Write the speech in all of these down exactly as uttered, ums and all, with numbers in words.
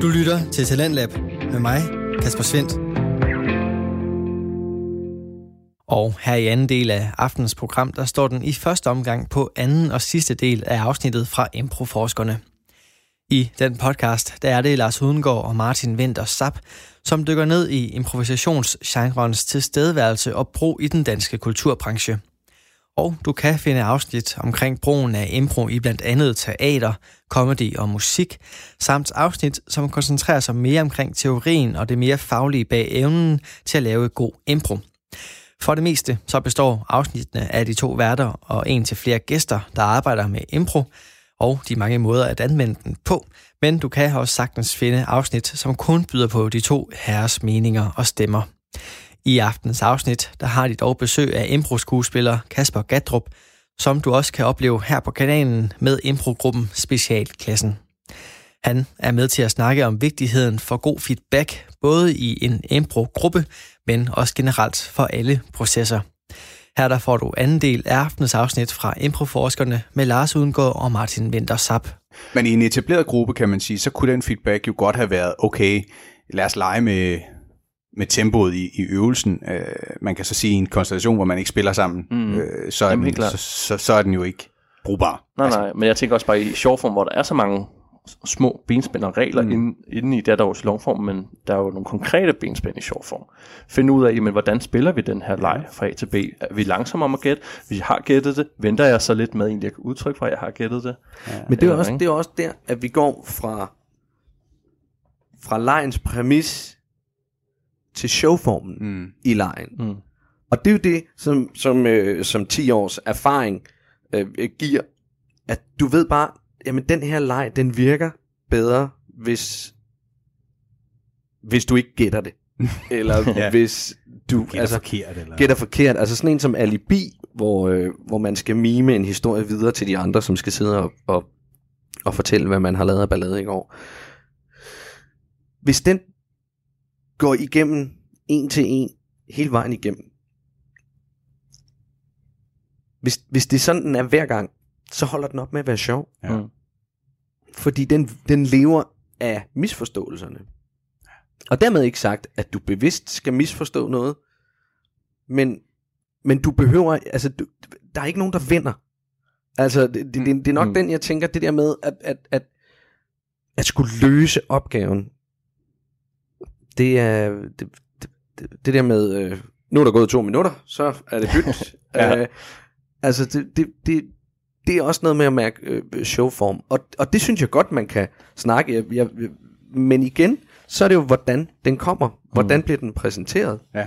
Du lytter til Talentlab med mig, Kasper Svendt. Og her i anden del af aftens program, der står den i første omgang på anden og sidste del af afsnittet fra Improforskerne. I den podcast, der er det Lars Udengård og Martin Winther Sapp, som dykker ned i improvisationsgenrens tilstedeværelse og brug i den danske kulturbranche. Og du kan finde afsnit omkring brugen af impro i blandt andet teater, comedy og musik, samt afsnit, som koncentrerer sig mere omkring teorien og det mere faglige bag evnen til at lave god impro. For det meste så består afsnittene af de to værter og en til flere gæster, der arbejder med impro, og de mange måder at anvende den på, men du kan også sagtens finde afsnit, som kun byder på de to herres meninger og stemmer. I aftens afsnit, der har de dog besøg af impro-skuespiller Kasper Gadrup, som du også kan opleve her på kanalen med improgruppen Specialklassen. Han er med til at snakke om vigtigheden for god feedback, både i en impro-gruppe, men også generelt for alle processer. Her der får du anden del af aftens afsnit fra Improforskerne med Lars Udengård og Martin Winther Sapp. Men i en etableret gruppe, kan man sige, så kunne den feedback jo godt have været, okay, lad os lege med, med tempoet i, i øvelsen. Uh, man kan så sige, i en konstellation, hvor man ikke spiller sammen, mm. uh, så, er den, så, så, så er den jo ikke brugbar. Nej, altså. nej, men jeg tænker også bare i shortform, hvor der er så mange små benspænd og regler mm. inde, inde i det, der er også longform, men der er jo nogle konkrete benspænd i shortform. Find ud af, jamen, hvordan spiller vi den her leg fra A til B? Er vi langsomme om at gætte? Vi har gættet det. Venter jeg så lidt med egentlig at udtrykke fra, at jeg har gættet det? Ja. Men det er, også, det er også der, at vi går fra, fra legens præmis til showformen mm. i legen. Mm. Og det er jo det, som, som, øh, som ti års erfaring øh, giver, at du ved bare, jamen den her leg, den virker bedre, hvis hvis du ikke gætter det. Eller ja. hvis du gætter altså, forkert. Eller? Gætter forkert. Altså sådan en som Alibi, hvor, øh, hvor man skal mime en historie videre til de andre, som skal sidde og, og, og fortælle, hvad man har lavet af ballade i går. Hvis den går igennem en til en, hele vejen igennem. Hvis, hvis det sådan den er hver gang, så holder den op med at være sjov. Ja. Fordi den, den lever af misforståelserne. Og dermed ikke sagt, at du bevidst skal misforstå noget. Men, men du behøver, altså du, der er ikke nogen, der vinder. Altså det, det, det, det er nok mm. den, jeg tænker, det der med, at, at, at, at skulle løse opgaven. Det er, det, det, det der med, øh, nu er der gået to minutter, så er det byt. ja. øh, altså det, det, det Det er også noget med at mærke øh, showform. Og, og det synes jeg godt, man kan snakke. Jeg, jeg, men igen, så er det jo, hvordan den kommer. Hvordan mm. bliver den præsenteret? Ja.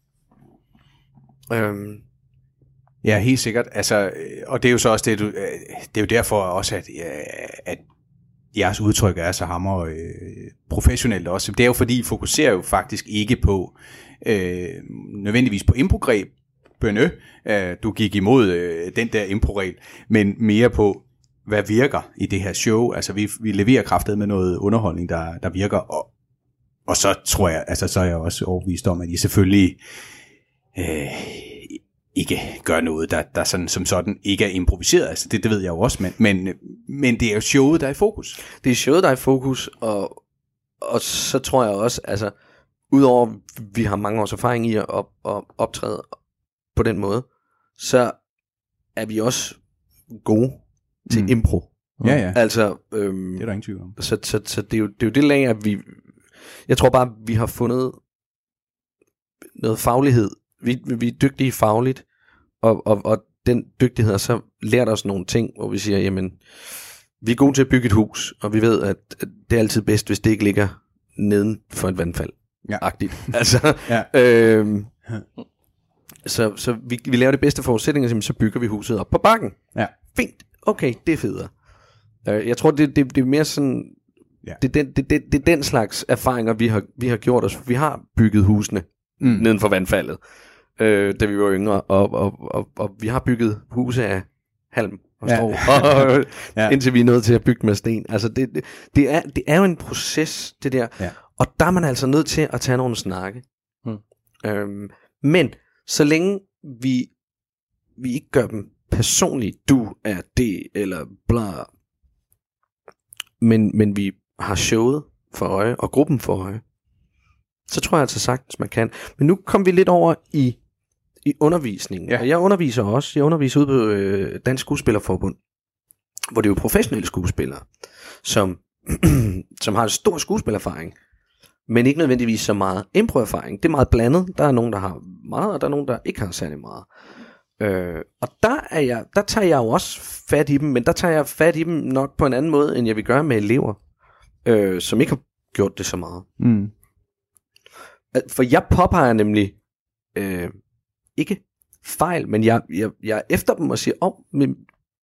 Øhm. Ja, helt sikkert. Altså, og det er jo så også det, du, det er jo derfor også, at, at jeres udtryk er så hammer øh, professionelt også. Det er jo fordi, I fokuserer jo faktisk ikke på øh, nødvendigvis på improgreb, Bønne, øh, du gik imod øh, den der impro-regel, men mere på, hvad virker i det her show. Altså, vi, vi leverer kraftet med noget underholdning, der, der virker, og, og så tror jeg, altså, så er jeg også overbevist om, at I selvfølgelig øh, ikke gør noget, der, der sådan, som sådan ikke er improviseret. Altså, det, det ved jeg jo også, men, men, men det er jo showet, der er i fokus. Det er showet, der er i fokus, og, og så tror jeg også, altså, udover vi har mange års erfaring i at op, op, optræde på den måde, så er vi også gode til mm. impro. Ja, ja. Altså, øhm, det er der ingen tvivl om. Så, så, så det, er jo, det er jo det lag, at vi, jeg tror bare, vi har fundet noget faglighed. Vi, vi er dygtige fagligt, og, og, og den dygtighed har så lært os nogle ting, hvor vi siger, jamen, vi er gode til at bygge et hus, og vi ved, at, at det er altid bedst, hvis det ikke ligger neden for et vandfald. Ja. Agtigt. Altså, ja. øhm, Så, så vi, vi laver det bedste forudsætninger, så bygger vi huset op på bakken. Ja. Fint. Okay, det er federe. Uh, jeg tror, det, det, det er mere sådan, ja. det, det, det, det, det er den slags erfaringer, vi har, vi har gjort os. Vi har bygget husene mm. neden for vandfaldet, uh, da vi var yngre, og, og, og, og vi har bygget huse af halm og strå, ja. og, ja. indtil vi er nødt til at bygge med sten. Altså, det, det, det, er, det er jo en proces, det der. Ja. Og der er man altså nødt til at tage nogle snakke. Mm. Um, men så længe vi, vi ikke gør dem personligt, du er det, eller bla, men, men vi har showet for øje, og gruppen for øje, så tror jeg altså sagtens, man kan. Men nu kom vi lidt over i, i undervisningen. Ja. Og jeg underviser også. Jeg underviser ude på øh, Dansk Skuespillerforbund, hvor det er jo professionelle skuespillere, som, som har en stor skuespillererfaring, men ikke nødvendigvis så meget improerfaring. Det er meget blandet. Der er nogen, der har meget, og der er nogen, der ikke har særlig meget. Øh, og der, er jeg, der tager jeg jo også fat i dem, men der tager jeg fat i dem nok på en anden måde, end jeg vil gøre med elever, øh, som ikke har gjort det så meget. Mm. For jeg påpeger nemlig øh, ikke fejl, men jeg, jeg, jeg er efter dem og siger, om, oh, men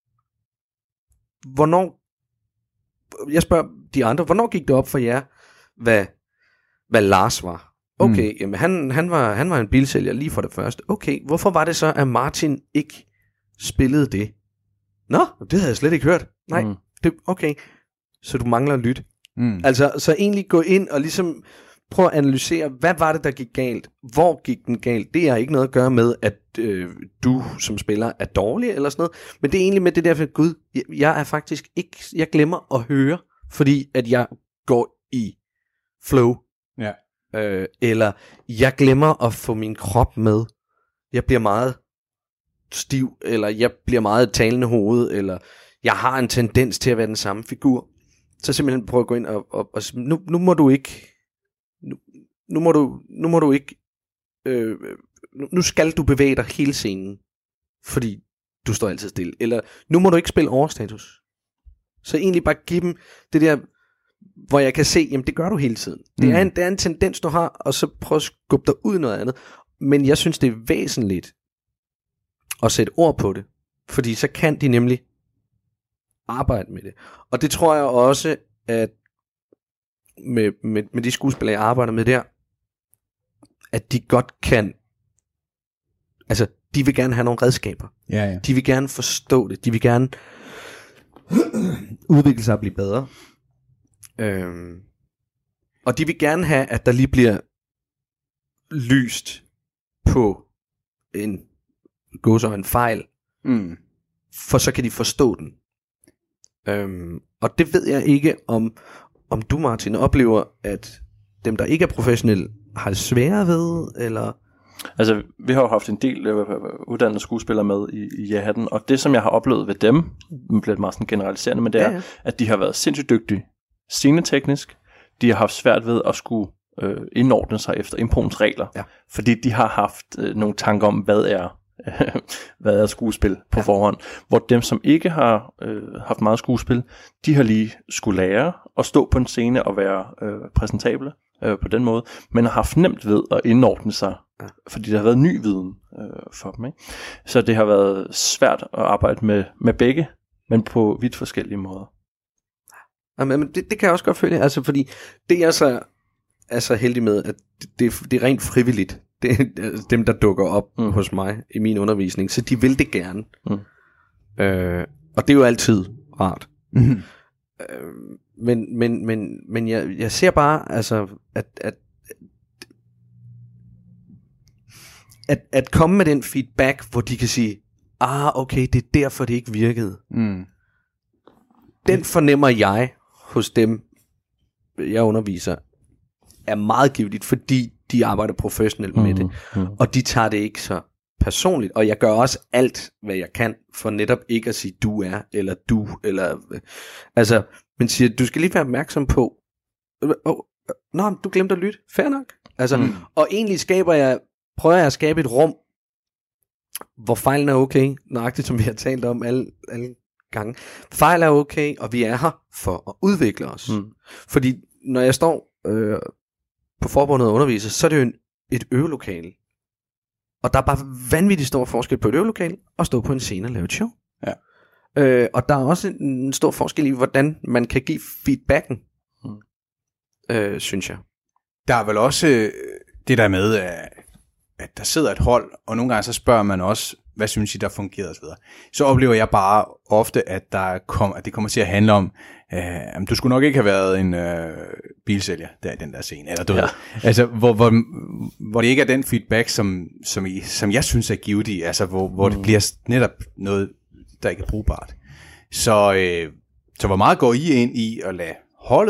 hvornår, jeg spørger de andre, hvornår gik det op for jer, hvad, hvad Lars var? Okay, mm. jamen han, han, var, han var en bilsælger lige for det første. Okay, hvorfor var det så, at Martin ikke spillede det? Nå, det havde jeg slet ikke hørt. Nej, mm. det, okay, så du mangler at lytte. Mm. Altså, så egentlig gå ind og ligesom prøve at analysere, hvad var det, der gik galt? Hvor gik den galt? Det har ikke noget at gøre med, at øh, du som spiller er dårlig eller sådan noget. Men det er egentlig med det der, for Gud, jeg, jeg er faktisk ikke, jeg glemmer at høre, fordi at jeg går i flow. Ja. Øh, eller jeg glemmer at få min krop med. Jeg bliver meget stiv, eller jeg bliver meget talende hoved, eller jeg har en tendens til at være den samme figur. Så simpelthen prøve at gå ind og, og, og nu, nu må du ikke nu, nu må du nu må du ikke øh, nu, nu skal du bevæge dig hele scenen, fordi du står altid stille. Eller nu må du ikke spille overstatus. Så egentlig bare give dem det der, hvor jeg kan se, jamen det gør du hele tiden. Det er en, det er en tendens, du har, og så prøv at skubbe dig ud i noget andet. Men jeg synes, det er væsentligt at sætte ord på det, fordi så kan de nemlig arbejde med det. Og det tror jeg også, at med, med, med de skuespillere, jeg arbejder med der, at de godt kan, altså de vil gerne have nogle redskaber. Ja, ja. De vil gerne forstå det. De vil gerne udvikle sig og blive bedre. Øhm, og de vil gerne have, at der lige bliver lyst på en gås og en fejl, mm. for så kan de forstå den. Øhm, og det ved jeg ikke, om, om du, Martin, oplever, at dem, der ikke er professionelle, har det sværere ved, eller... Altså, vi har jo haft en del øh, uddannede skuespillere med i, i ja-hatten, og det, som jeg har oplevet ved dem, nu bliver det meget sådan generaliserende, men det er, ja, ja. at de har været sindssygt dygtige sceneteknisk. De har haft svært ved at skulle øh, indordne sig efter improens regler, ja. fordi de har haft øh, nogle tanker om, hvad er hvad er skuespil på ja. forhånd, hvor dem, som ikke har øh, haft meget skuespil, de har lige skulle lære at stå på en scene og være øh, præsentable øh, på den måde, men har haft nemt ved at indordne sig, ja. fordi der har været ny viden øh, for dem, ikke? Så det har været svært at arbejde med, med begge, men på vidt forskellige måder. Ja, men det, det kan jeg også godt føle, altså fordi det er så, er så heldig med, at det, det, det er rent frivilligt. Det er dem, der dukker op mm. hos mig i min undervisning, så de vil det gerne. Mm. Øh, og det er jo altid rart. Mm. Øh, men men, men, men jeg, jeg ser bare, altså, at, at, at, at komme med den feedback, hvor de kan sige, ah, okay, det er derfor, det ikke virkede. Mm. Den fornemmer jeg hos dem, jeg underviser, er meget givetigt, fordi de arbejder professionelt med mm, det, mm. og de tager det ikke så personligt, og jeg gør også alt, hvad jeg kan, for netop ikke at sige, du er, eller du, eller, altså, men siger, du skal lige være opmærksom på, oh, nå, du glemte at lytte, fair nok, altså, mm. og egentlig skaber jeg, prøver jeg at skabe et rum, hvor fejlen er okay, nøjagtigt som vi har talt om alle, alle gange, fejl er okay, og vi er her for at udvikle os, mm. fordi når jeg står øh, på forbundet og underviser, så er det jo en, et øvelokale. Og der er bare vanvittigt stor forskel på et øvelokale og stå på en scene og lave et show. Ja. Øh, og der er også en stor forskel i, hvordan man kan give feedbacken, mm. øh, synes jeg. Der er vel også øh, det der med, at, at der sidder et hold, og nogle gange så spørger man også, hvad synes I, der fungerer osv. Så oplever jeg bare ofte, at, der kom, at det kommer til at handle om, øh, du skulle nok ikke have været en øh, bilsælger der i den der scene, eller du ja. ved. Altså, hvor, hvor, hvor det ikke er den feedback, som, som, I, som jeg synes er givet, altså hvor, hvor mm. det bliver netop noget, der ikke er brugbart. Så, øh, så hvor meget går I ind i at lade holdet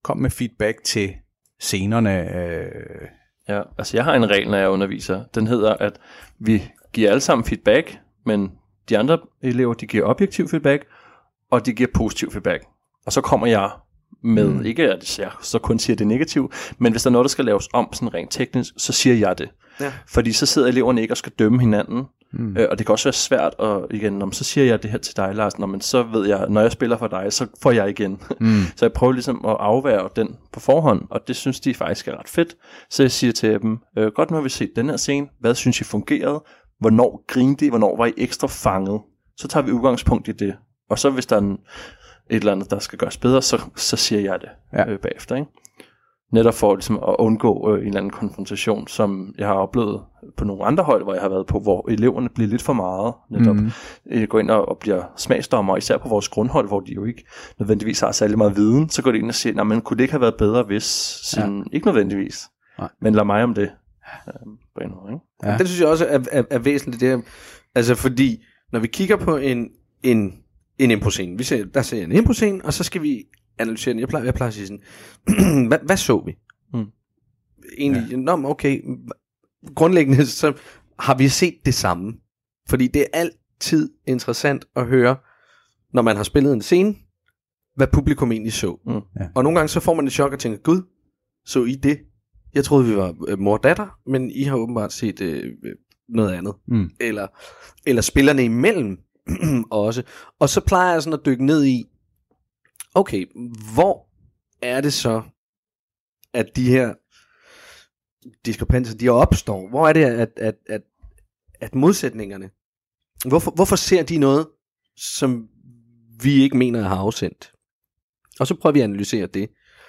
kom med feedback til scenerne. Øh. Ja, altså jeg har en regel, når jeg underviser. Den hedder, at vi giver alle sammen feedback, men de andre elever, de giver objektiv feedback, og de giver positiv feedback. Og så kommer jeg med, mm. ikke at jeg så kun siger det negative, men hvis der er noget, der skal laves om sådan rent teknisk, så siger jeg det. Ja. Fordi så sidder eleverne ikke og skal dømme hinanden, mm. øh, og det kan også være svært, og igen, når man, så siger jeg det her til dig, Lars, når man, så ved jeg, når jeg spiller for dig, så får jeg igen. Mm. Så jeg prøver ligesom at afvære den på forhånd, og det synes de faktisk er ret fedt. Så jeg siger til dem, øh, godt nu har vi set den her scene, hvad synes I fungerede, hvornår grinte I, hvornår var I ekstra fanget, så tager vi udgangspunkt i det. Og så hvis der er en, et eller andet, der skal gøres bedre, så, så siger jeg det ja. øh, bagefter, ikke? Netop for ligesom, at undgå øh, en eller anden konfrontation, som jeg har oplevet på nogle andre hold, hvor jeg har været på, hvor eleverne bliver lidt for meget, netop mm. øh, går ind og, og bliver smagsdommer, især på vores grundhold, hvor de jo ikke nødvendigvis har særlig meget viden, så går de ind og siger, nej, men kunne det ikke have været bedre, hvis sådan, ja. ikke nødvendigvis, nej. Men lad mig om det. Øh, på en måde, ikke? Ja. Det synes jeg også er, er, er væsentligt, det her. Altså fordi, når vi kigger på en, en, en impro-scene, vi ser, der ser en impro-scene, og så skal vi analysere den. Jeg plejer, jeg plejer at sige sådan, hvad, hvad så vi? Mm. Egentlig, ja. Nå, okay, grundlæggende så har vi set det samme. Fordi det er altid interessant at høre, når man har spillet en scene, hvad publikum egentlig så. Mm. Ja. Og nogle gange så får man et chok og tænker, gud, så I det? Jeg troede, vi var øh, mor og datter, men I har åbenbart set øh, noget andet. Mm. Eller, eller spillerne imellem også. Og så plejer jeg sådan at dykke ned i, okay, hvor er det så, at de her diskrepanser, de opstår? Hvor er det, at, at, at, at modsætningerne, hvorfor, hvorfor ser de noget, som vi ikke mener at have afsendt? Og så prøver vi at analysere det.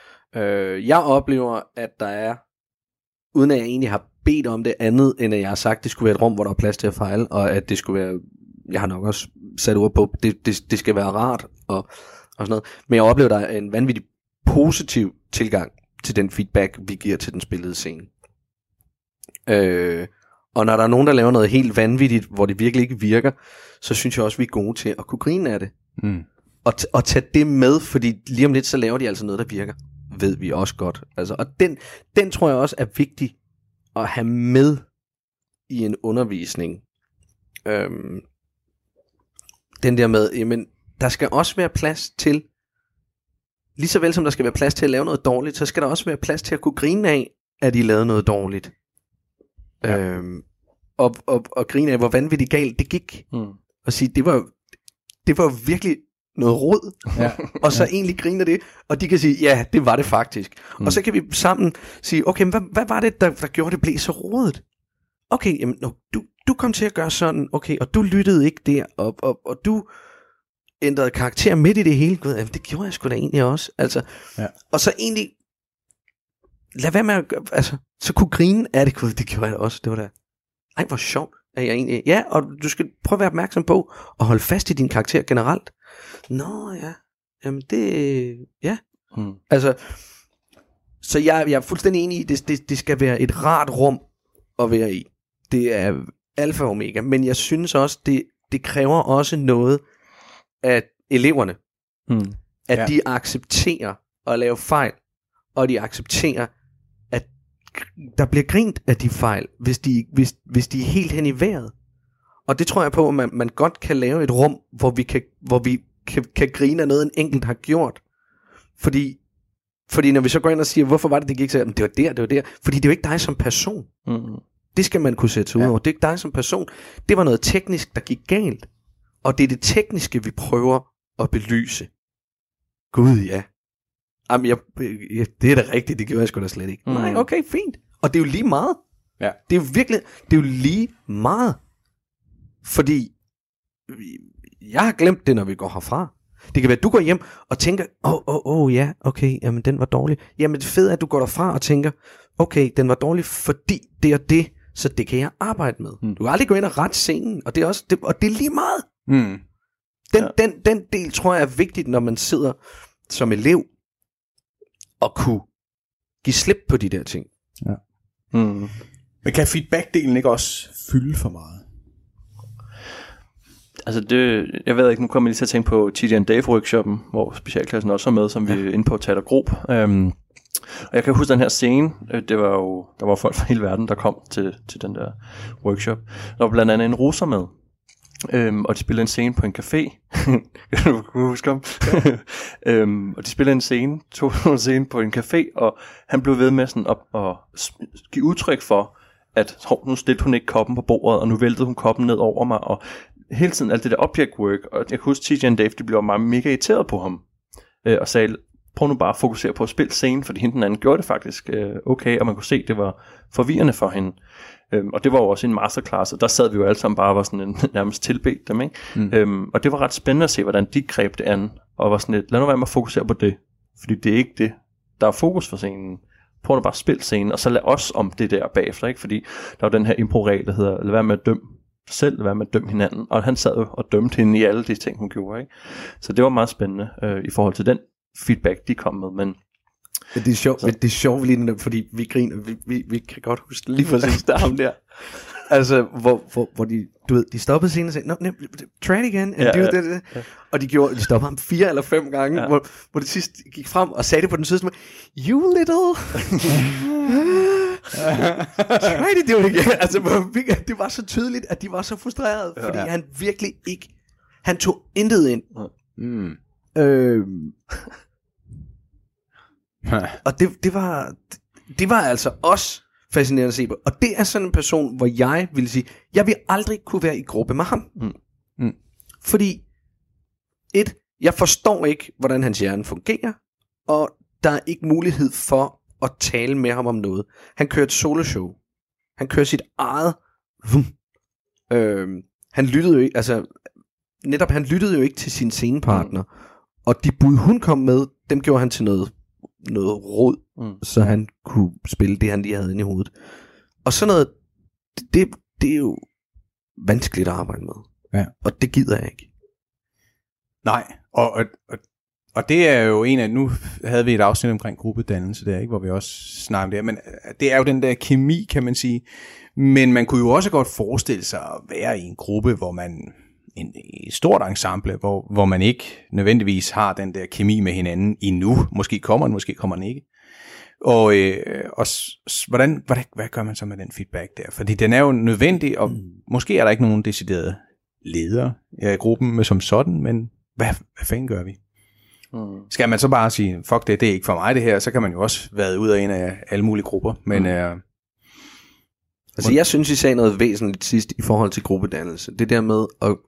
Øh, jeg oplever, at der er, uden at jeg egentlig har bedt om det andet, end at jeg har sagt, at det skulle være et rum, hvor der er plads til at fejle, og at det skulle være, jeg har nok også sat ord på, det, det, det skal være rart, og, og sådan noget. Men jeg oplever, at der er en vanvittig positiv tilgang til den feedback, vi giver til den spillede scene. Øh, og når der er nogen, der laver noget helt vanvittigt, hvor det virkelig ikke virker, så synes jeg også, vi er gode til at kunne grine af det. Mm. Og, t- og tage det med, fordi lige om lidt, så laver de altså noget, der virker. Ved vi også godt. Altså, og den, den tror jeg også er vigtig at have med i en undervisning. Øhm, den der med, jamen, der skal også være plads til, lige så vel som der skal være plads til at lave noget dårligt, så skal der også være plads til at kunne grine af, at de lavede noget dårligt. Ja. Øhm, og, og, og grine af, hvor vanvittigt galt det gik. Mm. Og sige, det var, det var virkelig noget rod, ja. Og så ja. Egentlig griner det, og de kan sige, ja, det var det faktisk. Mm. Og så kan vi sammen sige, okay, hvad, hvad var det, der, der gjorde det blev så rodet? Okay, jamen, no, du, du kom til at gøre sådan, okay, og du lyttede ikke der, og, og, og du ændrede karakter midt i det hele. Gud, jamen, det gjorde jeg sgu da egentlig også. Altså, ja. Og så egentlig, lad være med at gøre, altså, så kunne grine af det, gud, det gjorde jeg også, det var da, ej, hvor sjovt, er jeg egentlig, ja, og du skal prøve at være opmærksom på, at holde fast i din karakter generelt. Nå ja, jamen det, ja, hmm. altså, så jeg, jeg er fuldstændig enig i, det, det, det skal være et rart rum at være i. Det er alfa og omega, men jeg synes også, det, det kræver også noget af eleverne, hmm. at ja. De accepterer at lave fejl, og de accepterer, at der bliver grint af de fejl, hvis de, hvis, hvis de er helt hen i vejret. Og det tror jeg på, at man, man godt kan lave et rum, hvor vi kan, hvor vi kan, kan grine af noget, en enkelt har gjort. Fordi, fordi når vi så går ind og siger, hvorfor var det, det gik så? Det var der, det var der. Fordi det er jo ikke dig som person. Mm-hmm. Det skal man kunne sætte sig ja. Ud over. Det er ikke dig som person. Det var noget teknisk, der gik galt. Og det er det tekniske, vi prøver at belyse. Gud, ja. Jamen, jeg, jeg, det er da rigtigt, det gjorde jeg sgu da slet ikke. Mm. Nej, okay, fint. Og det er jo lige meget. Ja. Det er jo virkelig, det er jo lige meget. Fordi jeg har glemt det, når vi går herfra. Det kan være, at du går hjem og tænker, åh, oh, åh, oh, oh, ja, okay, jamen den var dårlig. Jamen det fede er, at du går derfra og tænker, okay, den var dårlig, fordi det og det, så det kan jeg arbejde med. Mm. Du kan aldrig gå ind og rette scenen, og det er, også, det, og det er lige meget. Mm. Den, ja. den, den del tror jeg er vigtigt, når man sidder som elev og kunne give slip på de der ting. Ja. Mm. Men kan feedback-delen ikke også fylde for meget? Altså det, jeg ved ikke, nu kommer jeg lige til at tænke på T D and Dave-workshoppen, hvor specialklassen også er med, som ja. vi er inde på Teater Grob. Um, og jeg kan huske den her scene, det var jo, der var folk fra hele verden, der kom til, til den der workshop. Der var blandt andet en russer med, um, og de spillede en scene på en café. Kan du huske ham? um, og de spillede en scene, tog en scene på en café, og han blev ved med sådan op og give udtryk for, at hov, nu stillede hun ikke koppen på bordet, og nu væltede hun koppen ned over mig, og hele tiden alt det der object work, og jeg kan huske, T J og Dave, de blev meget mega irriteret på ham, øh, og sagde, prøv nu bare at fokusere på at spille scenen, fordi hende den anden gjorde det faktisk øh, okay, og man kunne se, det var forvirrende for hende. Øhm, og det var jo også en masterclass, og der sad vi jo alle sammen bare og var sådan en, nærmest tilbedt dem, ikke? Mm. Øhm, og det var ret spændende at se, hvordan de greb det an, og var sådan lidt, lad nu være med at fokusere på det, fordi det er ikke det, der er fokus for scenen. Prøv nu bare at spille scenen, og så lad os om det der bagefter, ikke? Fordi der var den her impro-regel, der hedder, lad være med at dømme selv, lad være med at dømme hinanden, og han sad jo og dømte hende i alle de ting, hun gjorde, ikke? Så det var meget spændende øh, i forhold til den feedback, de kom med, men Men det er sjovt, det er sjovt lige den, fordi vi griner, vi, vi, vi kan godt huske lige præcis der ham der. Altså, hvor, hvor, hvor de, du ved, de stoppede scenen og sagde, no, no, try it again, and ja, do ja, that, that. Ja. Og de gjorde, de stoppede ham fire eller fem gange, ja. hvor, hvor de sidst gik frem og sagde det på den sødeste måde, you little, try to do it again. Altså, det var så tydeligt, at de var så frustrerede, ja. fordi han virkelig ikke, han tog intet ind. Mm. Øhm, og det, det var det var altså også fascinerende at se på. Og det er sådan en person, hvor jeg ville sige, jeg vil aldrig kunne være i gruppe med ham. Mm. Mm. Fordi et, jeg forstår ikke, hvordan hans hjerne fungerer, og der er ikke mulighed for at tale med ham om noget. Han kører et soloshow. Han kører sit eget. Øhm, han lyttede jo ikke, altså netop han lyttede jo ikke til sin scenepartner. Mm. Og de bud hun kom med, dem gjorde han til noget noget råd, mm. så han kunne spille det, han lige havde inde i hovedet. Og sådan noget, det, det er jo vanskeligt at arbejde med. Ja. Og det gider jeg ikke. Nej, og, og, og, og det er jo en af, nu havde vi et afsnit omkring gruppedannelse der, ikke, hvor vi også snakkede om det her, men det er jo den der kemi, kan man sige. Men man kunne jo også godt forestille sig at være i en gruppe, hvor man en, en stort ensemble, hvor, hvor man ikke nødvendigvis har den der kemi med hinanden endnu. Måske kommer den, måske kommer den ikke. Og, øh, og s, hvordan, hvordan, hvad gør man så med den feedback der? Fordi den er jo nødvendig, og mm. måske er der ikke nogen deciderede ledere i gruppen med som sådan, men hvad, hvad fanden gør vi? Mm. Skal man så bare sige, fuck det, det er ikke for mig det her, så kan man jo også være ud af en af alle mulige grupper. Men mm. øh, altså jeg synes, I sagde noget væsentligt sidst i forhold til gruppedannelse. Det der med at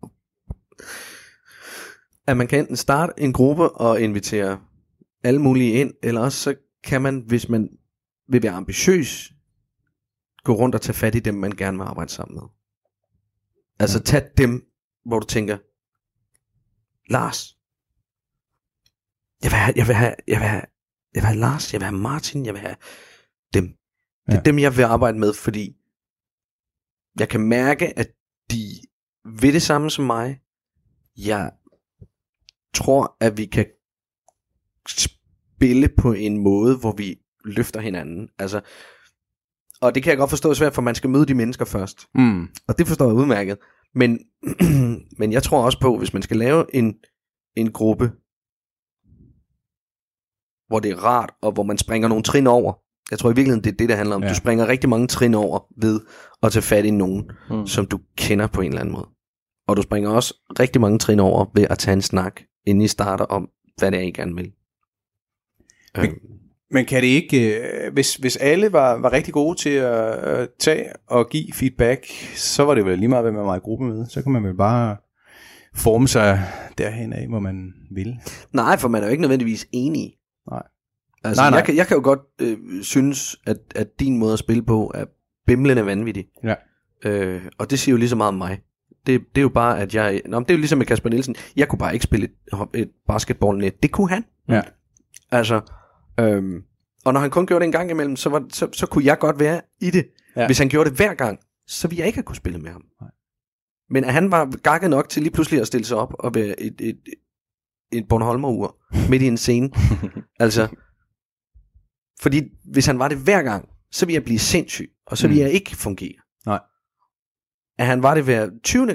at man kan enten starte en gruppe og invitere alle mulige ind, eller også så kan man, hvis man vil være ambitiøs, gå rundt og tage fat i dem, man gerne vil arbejde sammen med. Altså ja. Tag dem, hvor du tænker, Lars, jeg vil have, jeg vil have, jeg vil have, jeg vil have Lars, jeg vil have Martin, jeg vil have dem. Det er ja. dem, jeg vil arbejde med, fordi jeg kan mærke, at de vil det samme som mig. Jeg tror, at vi kan spille på en måde, hvor vi løfter hinanden. Altså, og det kan jeg godt forstå er svært, for man skal møde de mennesker først. Mm. Og det forstår jeg udmærket. Men, men jeg tror også på, hvis man skal lave en, en gruppe, hvor det er rart, og hvor man springer nogle trin over. Jeg tror i virkeligheden, det er det, det handler om. Ja. Du springer rigtig mange trin over ved at tage fat i nogen, mm. som du kender på en eller anden måde. Og du springer også rigtig mange trin over ved at tage en snak, inden I starter om, hvad det er, I gerne vil. Men, øhm. men kan det ikke, øh, hvis, hvis alle var, var rigtig gode til at øh, tage og give feedback, så var det vel lige meget, hvad man var i gruppe med. Så kan man vel bare forme sig derhen af, hvor man vil. Nej, for man er jo ikke nødvendigvis enig. Nej. Altså, nej, nej. Jeg, kan, jeg kan jo godt øh, synes, at, at din måde at spille på er bimlende vanvittig. Ja. Øh, og det siger jo lige så meget om mig. Det, det er jo bare, at jeg... Nå, det er jo ligesom med Kasper Nielsen. Jeg kunne bare ikke spille et, et basketballnet. Det kunne han. Ja. Altså, øhm, og når han kun gjorde det en gang imellem, så, var, så, så kunne jeg godt være i det. Ja. Hvis han gjorde det hver gang, så ville jeg ikke have kunne spille med ham. Nej. Men at han var gakket nok til lige pludselig at stille sig op og være et, et, et, et Bornholmer-ur midt i en scene. Altså, fordi hvis han var det hver gang, så ville jeg blive sindssyg, og så ville mm. jeg ikke fungere. Nej. At han var det hver tyvende gang,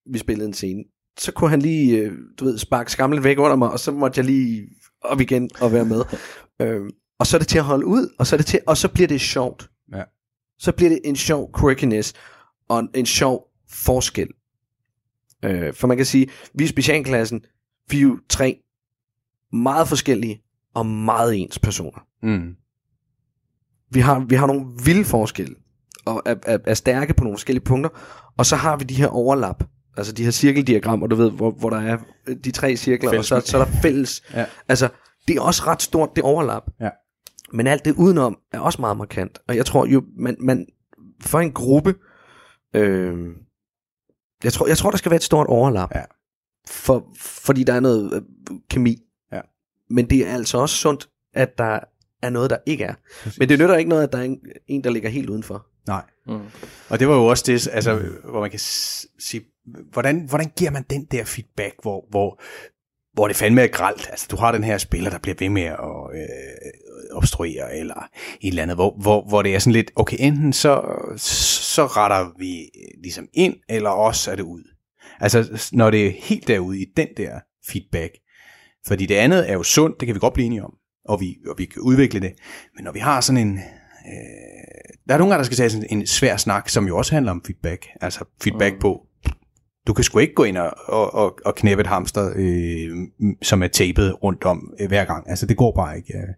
vi spillede en scene, så kunne han lige, øh, du ved, sparke skamlen væk under mig, og så måtte jeg lige op igen og være med. øhm, og så er det til at holde ud, og så, er det til, og så bliver det sjovt. Ja. Så bliver det en sjov quirkiness, og en, en sjov forskel. Øh, for man kan sige, vi er specialklassen, vi er jo tre meget forskellige og meget ens personer. Mm. Vi har, vi har nogle vilde forskelle, og er, er, er stærke på nogle forskellige punkter, og så har vi de her overlap, altså de her cirkeldiagrammer, du ved, hvor, hvor der er de tre cirkler, fælles. Og så, så er der fælles. Ja. Altså, det er også ret stort, det overlap. Ja. Men alt det udenom er også meget markant. Og jeg tror jo, man, man for en gruppe, øh, jeg, tror, jeg tror, der skal være et stort overlap. Ja. For, fordi der er noget øh, kemi. Ja. Men det er altså også sundt, at der er noget, der ikke er. Præcis. Men det nytter ikke noget, at der er en, en der ligger helt udenfor. Nej. Mm. Og det var jo også det, altså, hvor man kan sige, hvordan, hvordan giver man den der feedback, hvor, hvor, hvor det fandme er grelt. Altså, du har den her spiller, der bliver ved med at øh, obstruere, eller et eller andet, hvor, hvor, hvor det er sådan lidt, okay, enten så, så retter vi ligesom ind, eller også er det ud. Altså, når det er helt derude i den der feedback. Fordi det andet er jo sundt, det kan vi godt blive enige om, og vi, og vi kan udvikle det. Men når vi har sådan en... Øh, der er nogle gange, der skal tage sådan en svær snak, som jo også handler om feedback. Altså feedback mm. på, du kan sgu ikke gå ind og, og, og, og knæppe et hamster, øh, som er tapet rundt om øh, hver gang. Altså det går bare ikke. Øh.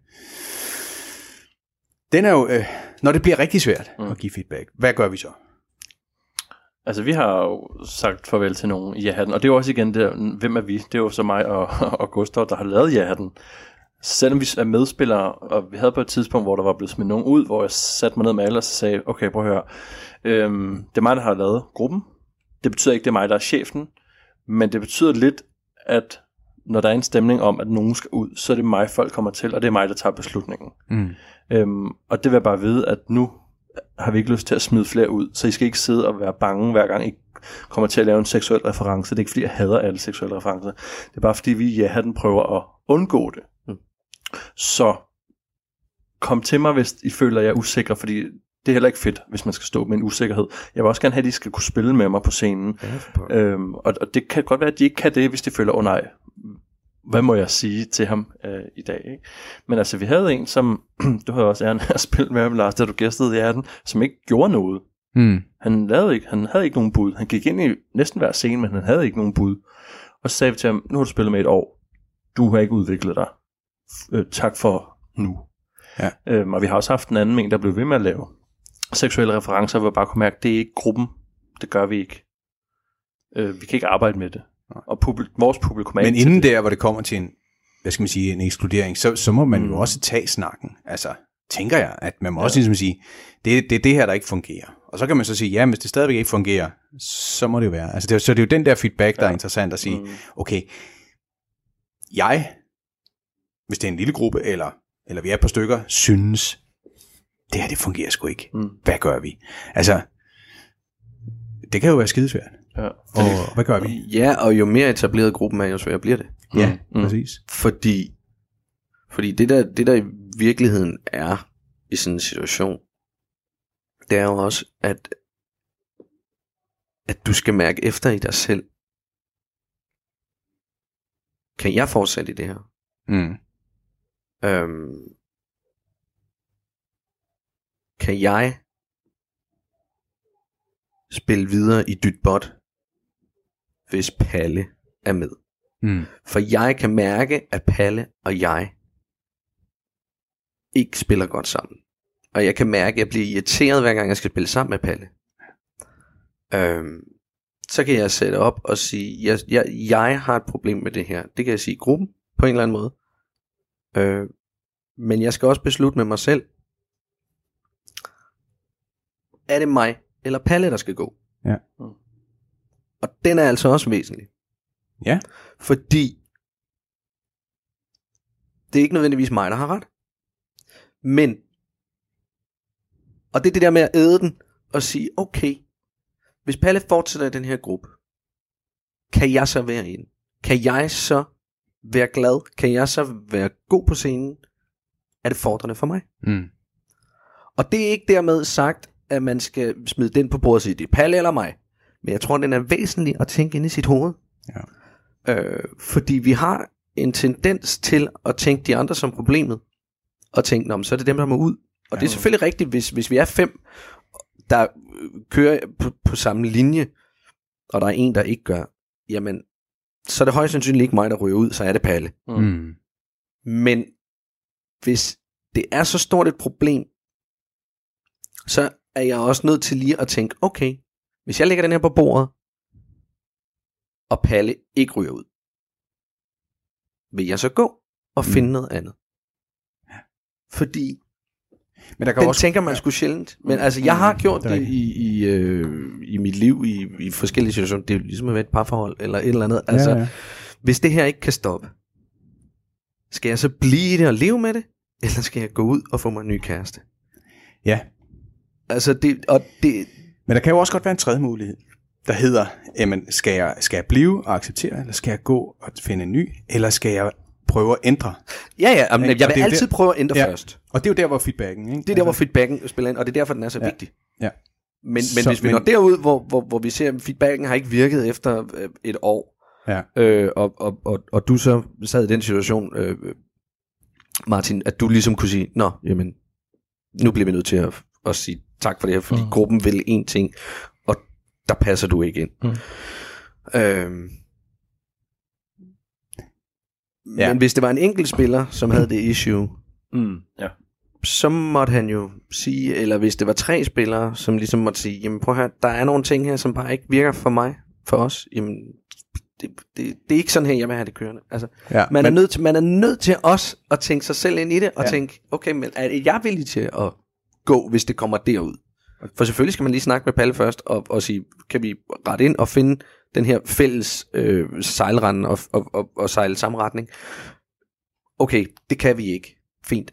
Den er jo, øh, når det bliver rigtig svært mm. at give feedback, hvad gør vi så? Altså vi har jo sagt farvel til nogen i ja-hatten, og det er jo også igen, der, hvem er vi? Det er jo så mig og, og Gustav, der har lavet ja-hatten. Selvom vi er medspillere, og vi havde på et tidspunkt, hvor der var blevet smidt nogen ud, hvor jeg satte mig ned med alle og sagde, okay, prøv at høre, øhm, det er mig, der har lavet gruppen. Det betyder ikke, det er mig, der er chefen, men det betyder lidt, at når der er en stemning om, at nogen skal ud, så er det mig, folk kommer til, og det er mig, der tager beslutningen. Mm. Øhm, og det vil jeg bare vide, at nu har vi ikke lyst til at smide flere ud, så I skal ikke sidde og være bange, hver gang I kommer til at lave en seksuel reference. Det er ikke, fordi jeg hader alle seksuelle referencer. Det er bare, fordi vi i ja-hatten prøver at undgå det. Mm. Så kom til mig, hvis I føler, at jeg er usikker, fordi det er heller ikke fedt, hvis man skal stå med en usikkerhed. Jeg vil også gerne have, at de skal kunne spille med mig på scenen. Ja, øhm, og, og det kan godt være, at de ikke kan det, hvis de føler, åh oh, nej, hvad må jeg sige til ham øh, i dag? Ikke? Men altså, vi havde en, som, du havde også æren at spille med ham, Lars, da du gæstede i den, som ikke gjorde noget. Mm. Han, lavede ikke, han havde ikke nogen bud. Han gik ind i næsten hver scene, men han havde ikke nogen bud. Og så sagde vi til ham, nu har du spillet med et år. Du har ikke udviklet dig. Øh, tak for nu. Ja. Øhm, og vi har også haft en anden en, der blev ved med at lave seksuelle referencer, hvor vi bare kunne mærke, det er ikke gruppen. Det gør vi ikke. Øh, vi kan ikke arbejde med det. Og publik- vores publikum er Men inden der, hvor det kommer til en, hvad skal man sige, en ekskludering, så, så må man mm. jo også tage snakken. Altså, tænker jeg, at man må ja. også ligesom sige, det, det er det her, der ikke fungerer. Og så kan man så sige, ja, hvis det stadigvæk ikke fungerer, så må det jo være. Altså, det, så det er jo den der feedback, der ja. er interessant at sige, mm. okay, jeg, hvis det er en lille gruppe, eller, eller vi er et par stykker, synes, det her, det fungerer sgu ikke. Mm. Hvad gør vi? Altså, det kan jo være skidesvært. Ja. Og hvad gør vi? Ja, og jo mere etableret gruppen er, jo sværere bliver det. Ja, mm. præcis. Fordi, fordi det, der, det der i virkeligheden er i sådan en situation, det er jo også, at, at du skal mærke efter i dig selv. Kan jeg fortsætte i det her? Mm. Øhm, kan jeg spille videre i dyt bot, hvis Palle er med? Mm. For jeg kan mærke, at Palle og jeg ikke spiller godt sammen. Og jeg kan mærke, at jeg bliver irriteret, hver gang jeg skal spille sammen med Palle. Øhm, så kan jeg sætte op og sige, jeg, jeg, jeg har et problem med det her. Det kan jeg sige i gruppen, på en eller anden måde. Øh, men jeg skal også beslutte med mig selv, er det mig eller Palle, der skal gå? Ja. Og den er altså også væsentlig. Ja. Fordi det er ikke nødvendigvis mig, der har ret. Men, og det er det der med at æde den og sige, okay, hvis Palle fortsætter i den her gruppe, kan jeg så være i den? Kan jeg så være glad? Kan jeg så være god på scenen? Er det fordrende for mig? Mm. Og det er ikke dermed sagt, at man skal smide den på bordet og sige, det er Palle eller mig. Men jeg tror, den er væsentlig at tænke ind i sit hoved. Ja. Øh, fordi vi har en tendens til at tænke de andre som problemet. Og tænke, nå, så er det dem, der må ud. Og ja. Det er selvfølgelig rigtigt, hvis, hvis vi er fem, der kører på, på samme linje, og der er en, der ikke gør, jamen, så er det højst sandsynligt ikke mig, der ryger ud, så er det Palle. Mm. Men hvis det er så stort et problem, så er jeg også nødt til lige at tænke, okay, hvis jeg lægger den her på bordet, og Palle ikke ryger ud, vil jeg så gå og finde mm. noget andet? Fordi men der kan den også, tænker man sgu sjældent. Men altså, jeg har gjort det, det i, i, øh, i mit liv, i, i forskellige situationer. Det er jo ligesom at være et parforhold, eller et eller andet. Altså, ja, ja. Hvis det her ikke kan stoppe, skal jeg så blive i det og leve med det? Eller skal jeg gå ud og få mig en ny kæreste? Ja. Altså, det, og det... Men der kan jo også godt være en tredje mulighed, der hedder, jamen, skal jeg, skal jeg blive og acceptere, eller skal jeg gå og finde en ny, eller skal jeg prøve at ændre? Ja, ja, jamen, jeg vil altid der, prøve at ændre ja, først. Og det er jo der, hvor feedbacken, ikke? Det er der, hvor feedbacken spiller ind, og det er derfor, den er så ja, vigtig. Ja. Men, men så, hvis vi men, når derud, hvor, hvor, hvor vi ser, at feedbacken har ikke virket efter øh, et år, ja. øh, og, og, og, og du så sad i den situation, øh, Martin, at du ligesom kunne sige, nå, jamen, nu bliver vi nødt til at, at sige tak for det her, fordi mm. gruppen vil en ting, og der passer du ikke ind. Mm. Øh, Ja. Men hvis det var en enkelt spiller, som havde det issue, mm, ja. så måtte han jo sige, eller hvis det var tre spillere, som ligesom måtte sige, jamen prøv at høre, der er nogle ting her, som bare ikke virker for mig, for os, jamen det, det, det er ikke sådan her, jeg vil have det kørende. Altså, ja, man, er men... nødt til, man er nødt til også at tænke sig selv ind i det, og ja. tænke, okay, men er jeg villig til at gå, hvis det kommer derud? For selvfølgelig skal man lige snakke med Palle først, og, og sige, kan vi rette ind og finde den her fælles øh, sejlrende og, og, og, og sejle samme retning. Okay, det kan vi ikke. Fint.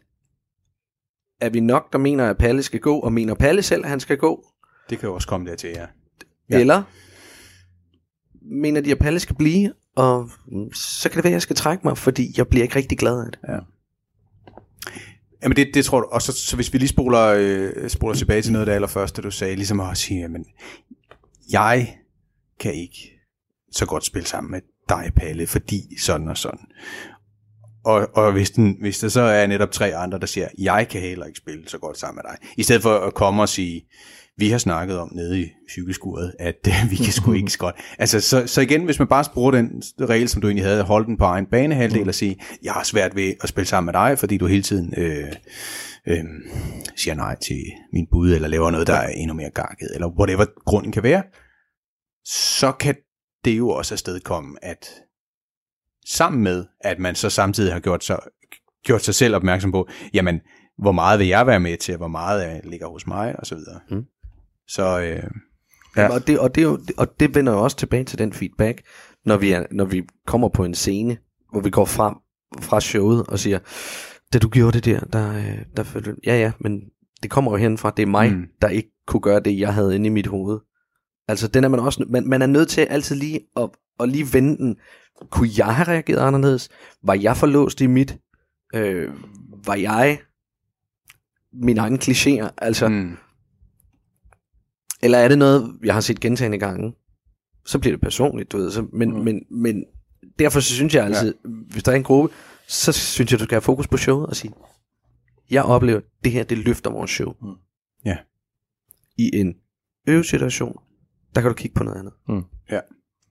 Er vi nok, der mener, at Palle skal gå, og mener Palle selv, at han skal gå? Det kan jo også komme dertil, ja. ja. Eller mener de, at Palle skal blive, og så kan det være, at jeg skal trække mig, fordi jeg bliver ikke rigtig glad af det. Ja. Jamen det, det tror du, og så, så hvis vi lige spoler, øh, spoler tilbage til noget af det allerførste, du sagde, ligesom at sige, jamen, jeg kan ikke så godt spille sammen med dig, Palle, fordi sådan og sådan. Og, og hvis, den, hvis der så er netop tre andre, der siger, jeg kan heller ikke spille så godt sammen med dig, i stedet for at komme og sige, vi har snakket om nede i cykelskuret, at uh, vi kan sgu ikke så godt. Altså, så, så igen, hvis man bare bruger den regel, som du egentlig havde, holde den på egen banehalvdel mm. og sige, jeg har svært ved at spille sammen med dig, fordi du hele tiden øh, øh, siger nej til min bud, eller laver noget, der er endnu mere gakket, eller whatever grunden kan være, så kan det jo også afstedkomme, at sammen med, at man så samtidig har gjort sig, gjort sig selv opmærksom på, jamen, hvor meget vil jeg være med til, hvor meget ligger hos mig, og så videre. Mm. Så, øh, ja. og, det, og, det jo, og det vender jo også tilbage til den feedback, når vi, er, når vi kommer på en scene, hvor vi går frem fra showet og siger, da du gjorde det der, der, der følte, ja ja, men det kommer jo herfra, det er mig, mm. der ikke kunne gøre det, jeg havde inde i mit hoved. Altså, den er man også, man, man er nødt til altid lige at, at lige vende den. Kunne jeg have reageret anderledes? Var jeg for låst i mit? Øh, var jeg mine egne klichéer? Altså, mm. eller er det noget, jeg har set gentagne gange? Så bliver det personligt, du ved. Så, men, mm. men, men derfor så synes jeg altså, ja. hvis der er en gruppe, så synes jeg, du skal have fokus på showet og sige, jeg oplever, det her, det løfter vores show. Mm. Ja. I en øvesituation, der kan du kigge på noget andet. Mm. Ja.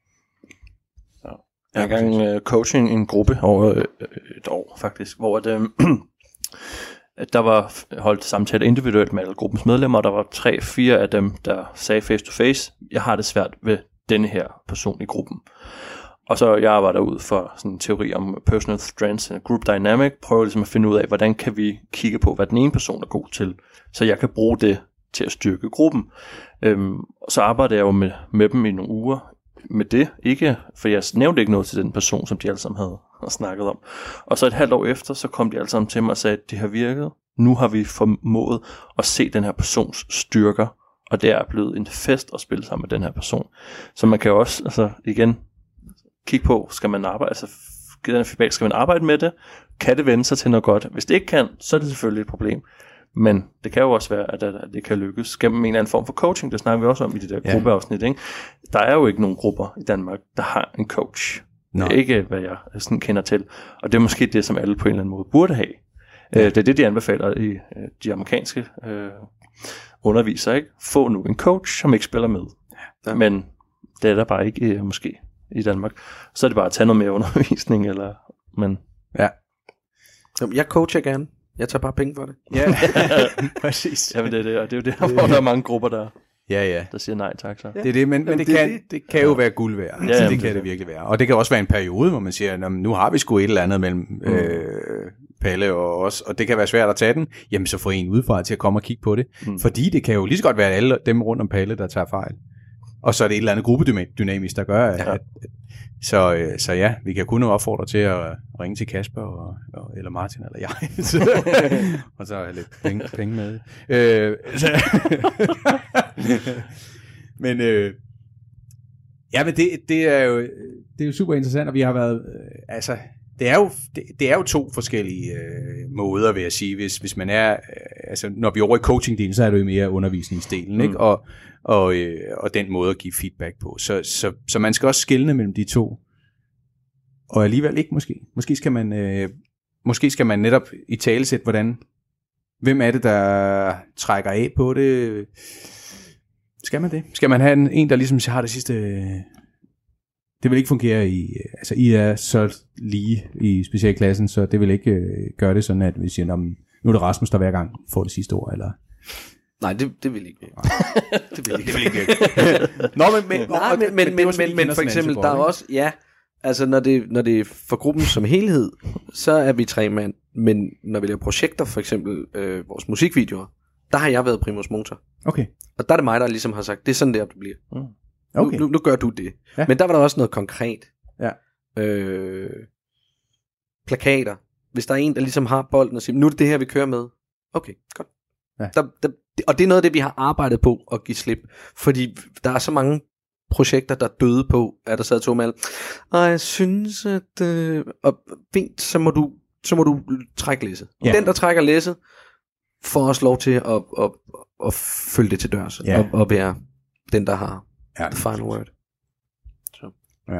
Jeg har engang uh, coaching en gruppe over uh, et år faktisk, hvor det, at der var holdt samtale individuelt med alle gruppens medlemmer, og der var tre, fire af dem, der sagde face to face, jeg har det svært ved denne her person i gruppen. Og så jeg arbejder ud for sådan en teori om personal strengths and group dynamic, prøver ligesom at finde ud af, hvordan kan vi kigge på, hvad den ene person er god til, så jeg kan bruge det til at styrke gruppen. Øhm, og så arbejder jeg jo med, med dem i nogle uger, med det, ikke, for jeg nævnte ikke noget til den person, som de alle sammen havde snakket om. Og så et halvt år efter, så kom de alle sammen til mig og sagde, at det har virket. Nu har vi formået at se den her persons styrker, og det er blevet en fest at spille sammen med den her person. Så man kan jo også, altså igen, kigge på, skal man arbejde, altså give den feedback, skal man arbejde med det? Kan det vende sig til noget godt? Hvis det ikke kan, så er det selvfølgelig et problem. Men det kan jo også være, at, at det kan lykkes gennem en eller anden form for coaching. Det snakker vi også om i det der gruppeafsnit. Ikke? Der er jo ikke nogen grupper i Danmark, der har en coach. Det er ikke, hvad jeg sådan kender til. Og det er måske det, som alle på en eller anden måde burde have. Ja. Det er det, de anbefaler i de amerikanske øh, undervisere. Ikke? Få nu en coach, som ikke spiller med. Ja. Men det er der bare ikke øh, måske i Danmark. Så er det bare at tage noget mere undervisning. Eller, men ja. Jeg coacher gerne. Jeg tager bare penge for det. Ja, præcis. Jamen det er det, og det er jo det, hvor der er mange grupper, der, ja, ja. der siger nej tak. Så. Det er det, men, men det, det, kan, det kan jo være guld værd. Ja, det, det kan det virkelig være. Og det kan også være en periode, hvor man siger, nu har vi sgu et eller andet mellem mm. øh, Palle og os, og det kan være svært at tage den. Jamen så få en udefra til at komme og kigge på det. Mm. Fordi det kan jo lige så godt være alle dem rundt om Palle, der tager fejl. Og så er det et eller andet gruppedynamisk, der gør, at, ja. at Så, øh, så ja, vi kan kun opfordre til at ringe til Kasper og, og, eller Martin eller jeg og så have lidt penge, penge med. Øh, så men øh, ja, men det, det er jo det er jo super interessant, og vi har været øh, altså det er jo det, det er jo to forskellige øh, måder, vil jeg sige, hvis hvis man er øh, altså når vi er over i coaching-delen, så er det jo mere undervisningsdelen, mm. ikke? Og Og, øh, og den måde at give feedback på. Så, så, så man skal også skelne mellem de to. Og alligevel ikke måske. Måske skal man, øh, måske skal man netop i talesæt, hvordan, hvem er det, der trækker af på det? Skal man det? Skal man have en, en der ligesom har det sidste... Det vil ikke fungere i... Altså, I er så lige i specialklassen, så det vil ikke øh, gøre det sådan, at vi siger, nu er det Rasmus, der hver gang får det sidste ord, eller... Nej, det, det vil ikke. det vil ikke. det vil ikke. Nå, men, men, Nej, men, men, men, men, men for eksempel, der er også, ja, altså når det, når det er for gruppen som helhed, så er vi tre mand, men når vi laver projekter, for eksempel øh, vores musikvideoer, der har jeg været primus motor. Okay. Og der er det mig, der ligesom har sagt, det er sådan der, det bliver. Mm. Okay. Nu, nu, nu gør du det. Ja. Men der var der også noget konkret. Ja. Øh, plakater. Hvis der er en, der ligesom har bolden og siger, nu er det det her, vi kører med. Okay, godt. Ja. Der, der, og det er noget af det, vi har arbejdet på at give slip. Fordi der er så mange projekter, der døde på, at der sad to med. Og jeg synes, at... Øh, og fint, så må du, så må du trække læsset. Ja. Den, der trækker læsset, får også lov til at, at, at, at følge det til dørs. Ja. Og, og være den, der har ja, the final word. Så. Ja.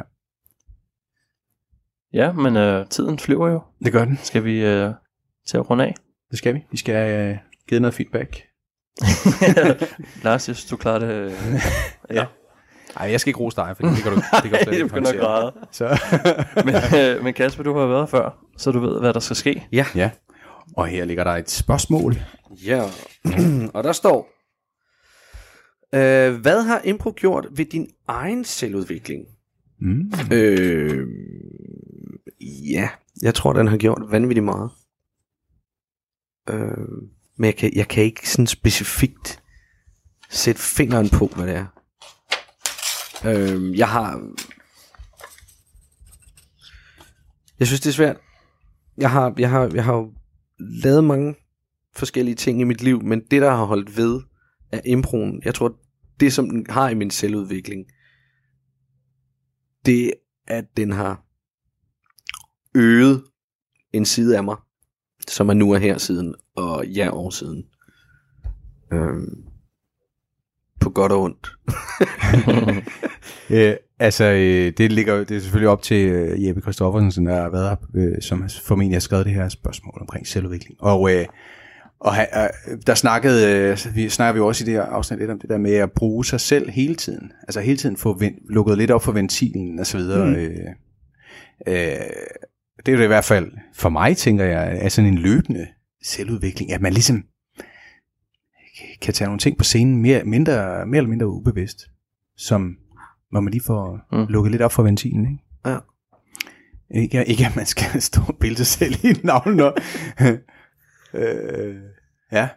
Ja, men øh, tiden flyver jo. Det gør den. Skal vi øh, til at runde af? Det skal vi. Vi skal... Øh give noget feedback. Lars, jeg synes, du klarer det. Øh, ja. Nej, jeg skal ikke rose dig, for det kan du, det kan du slet ikke begynder at græde. Så. men, øh, men Kasper, du har været før, så du ved, hvad der skal ske. Ja. ja. Og her ligger der et spørgsmål. Ja, og der står, øh, hvad har impro gjort ved din egen selvudvikling? Mm. Øh, ja, jeg tror, den har gjort vanvittigt meget. Øh, men jeg kan, jeg kan ikke sådan specifikt sætte fingeren på, hvad det er. Øh, jeg har... Jeg synes, det er svært. Jeg har, jeg har, jeg har jo lavet mange forskellige ting i mit liv, men det, der har holdt ved, er improen. Jeg tror, det, som den har i min selvudvikling, det at den har øget en side af mig, som er nu er her siden, og ja, år siden. Øhm, på godt og ondt. øh, altså, øh, det ligger det er selvfølgelig op til øh, Jeppe Christoffersen, der har været øh, som formentlig har skrevet det her spørgsmål omkring selvudvikling. Og, øh, og øh, der snakkede, øh, vi snakker vi også i det her afsnit lidt om det der med at bruge sig selv hele tiden. Altså hele tiden få ven, lukket lidt op for ventilen og så videre. Mm. Øh, øh, det er jo det i hvert fald for mig, tænker jeg, er sådan en løbende selvudvikling, at man ligesom kan tage nogle ting på scenen mere, mindre, mere eller mindre ubevidst, som hvor man lige får mm. lukket lidt op for ventilen, ikke? Ja. Ikke, ikke at man skal stå og bilde sig selv i navlen. Og øh, ja.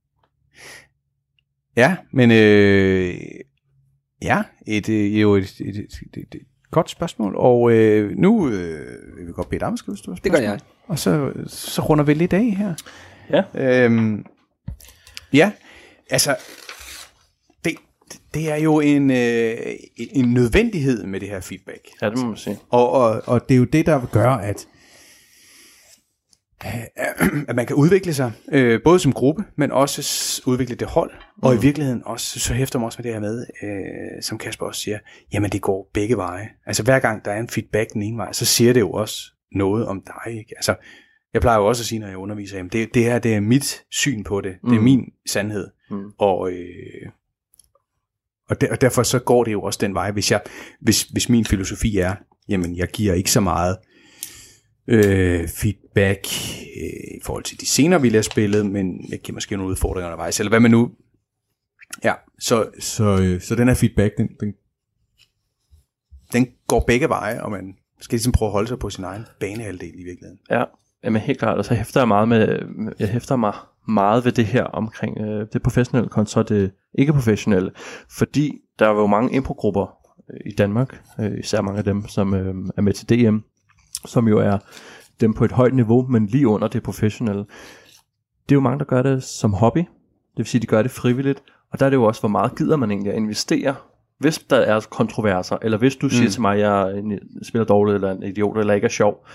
Ja, men øh, ja, et, et, jo et, et, et, et, et godt spørgsmål, og øh, nu øh, vil vi godt bede dig om at skrive spørgsmål. Det gør jeg. Og så, så runder vi lidt af her. Ja. Øhm, ja, altså, det, det er jo en, øh, en nødvendighed med det her feedback. Ja, det må man sige. Og, og, og det er jo det, der gør, at at man kan udvikle sig, øh, både som gruppe, men også s- udvikle det hold, og mm. i virkeligheden også, så hæfter man også med det her med, øh, som Kasper også siger, jamen det går begge veje. Altså hver gang der er en feedback den ene vej, så siger det jo også noget om dig, ikke? Altså, jeg plejer jo også at sige, når jeg underviser, jamen det, det her, det er mit syn på det, det er mm. min sandhed, mm. og, øh, og, der, og derfor så går det jo også den vej, hvis, jeg, hvis, hvis min filosofi er, jamen jeg giver ikke så meget Øh, feedback øh, i forhold til de scener, vi har spillet, men jeg giver måske nogle udfordringer undervejs, eller hvad man nu... Ja, så, så, øh, så den her feedback, den, den, den går begge veje, og man skal ligesom prøve at holde sig på sin egen banehalvdel i virkeligheden. Ja, jamen helt klart, og så hæfter jeg meget med, jeg hæfter mig meget ved det her omkring øh, det professionelle kontra det ikke-professionelle, fordi der er jo mange improgrupper øh, i Danmark, øh, især mange af dem, som øh, er med til D M, som jo er dem på et højt niveau, men lige under det professionelle. Det er jo mange, der gør det som hobby, det vil sige, de gør det frivilligt, og der er det jo også, hvor meget gider man egentlig at investere, hvis der er kontroverser, eller hvis du mm. siger til mig, at jeg spiller dårligt, eller en idiot, eller ikke er sjov.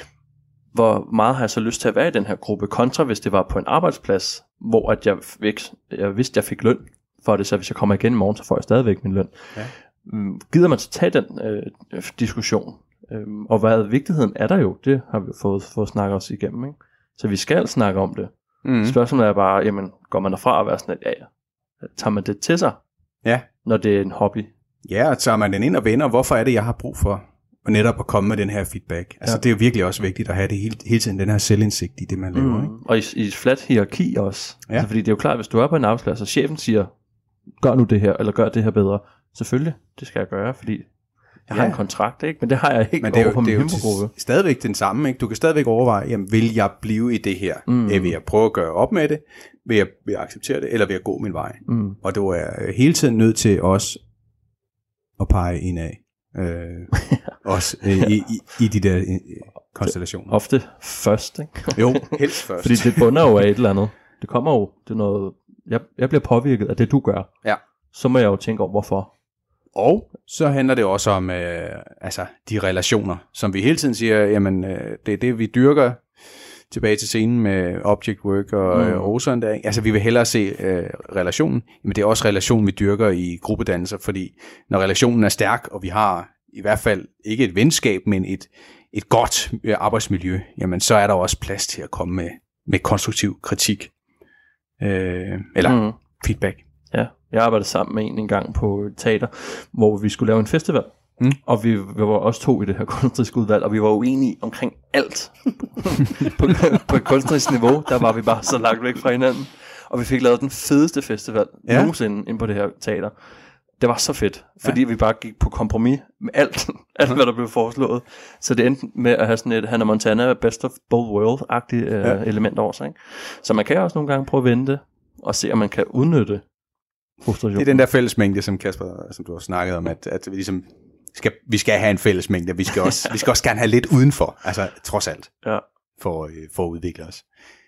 Hvor meget har jeg så lyst til at være i den her gruppe, kontra hvis det var på en arbejdsplads, hvor at jeg, fik, jeg vidste, at jeg fik løn for det, så hvis jeg kommer igen i morgen, så får jeg stadigvæk min løn. Ja. Gider man så tage den øh, diskussion? Øhm, og hvad vigtigheden er der jo, det har vi fået, fået snakket os igennem, ikke? Så vi skal snakke om det. Mm. Spørgsmålet er bare, jamen, går man derfra og være sådan, at ja, ja, tager man det til sig, ja. Når det er en hobby? Ja, og tager man den ind og vender, hvorfor er det, jeg har brug for netop at komme med den her feedback? Altså, ja. Det er jo virkelig også vigtigt at have det hele, hele tiden, den her selvindsigt i det, man laver, mm. ikke? Og i, i et flat hierarki også. Ja. Altså, fordi det er jo klart, hvis du er på en arbejdsplads, og chefen siger, gør nu det her, eller gør det her bedre, selvfølgelig, det skal jeg gøre, fordi jeg har ja. en kontrakt, ikke? Men det har jeg ikke men det er over på min himmelgruppe. Stadigvæk den samme, ikke? Du kan stadigvæk overveje, jamen, vil jeg blive i det her? Mm. Vil jeg prøve at gøre op med det? Vil jeg, vil jeg acceptere det? Eller vil jeg gå min vej? Mm. Og du er hele tiden nødt til også at pege indad. Øh, også øh, i, i, i de der øh, konstellationer. Ofte først, ikke? Jo, helst først. Fordi det bunder jo af et eller andet. Det kommer jo, det er noget, jeg, jeg bliver påvirket af det, du gør. Ja. Så må jeg jo tænke over, hvorfor. Og så handler det også om øh, altså de relationer, som vi hele tiden siger, jamen øh, det er det, vi dyrker tilbage til scenen med object work og mm. øh, sådan der. Altså vi vil hellere se øh, relationen, men det er også relationen, vi dyrker i gruppedannelser, fordi når relationen er stærk, og vi har i hvert fald ikke et venskab, men et, et godt øh, arbejdsmiljø, jamen så er der også plads til at komme med, med konstruktiv kritik, øh, eller mm. feedback. Ja, jeg arbejdede sammen med en en gang på et teater, hvor vi skulle lave en festival. Mm. Og vi, vi var også to i det her kunstneriske udvalg, og vi var uenige omkring alt. på, på et kunstnerisk niveau, der var vi bare så langt væk fra hinanden. Og vi fik lavet den fedeste festival ja. nogensinde ind på det her teater. Det var så fedt, fordi ja. vi bare gik på kompromis med alt, alt hvad der blev foreslået. Så det endte med at have sådan et Hannah Montana Best of Both World-agtigt uh, ja. element over sig. Ikke? Så man kan også nogle gange prøve at vente og se, om man kan udnytte frustration. Det er den der fællesmængde, som Kasper, som du har snakket om, at, at vi ligesom skal, vi skal have en fællesmængde. Vi skal også, vi skal også gerne have lidt udenfor, altså trods alt, ja. for, for at udvikle os.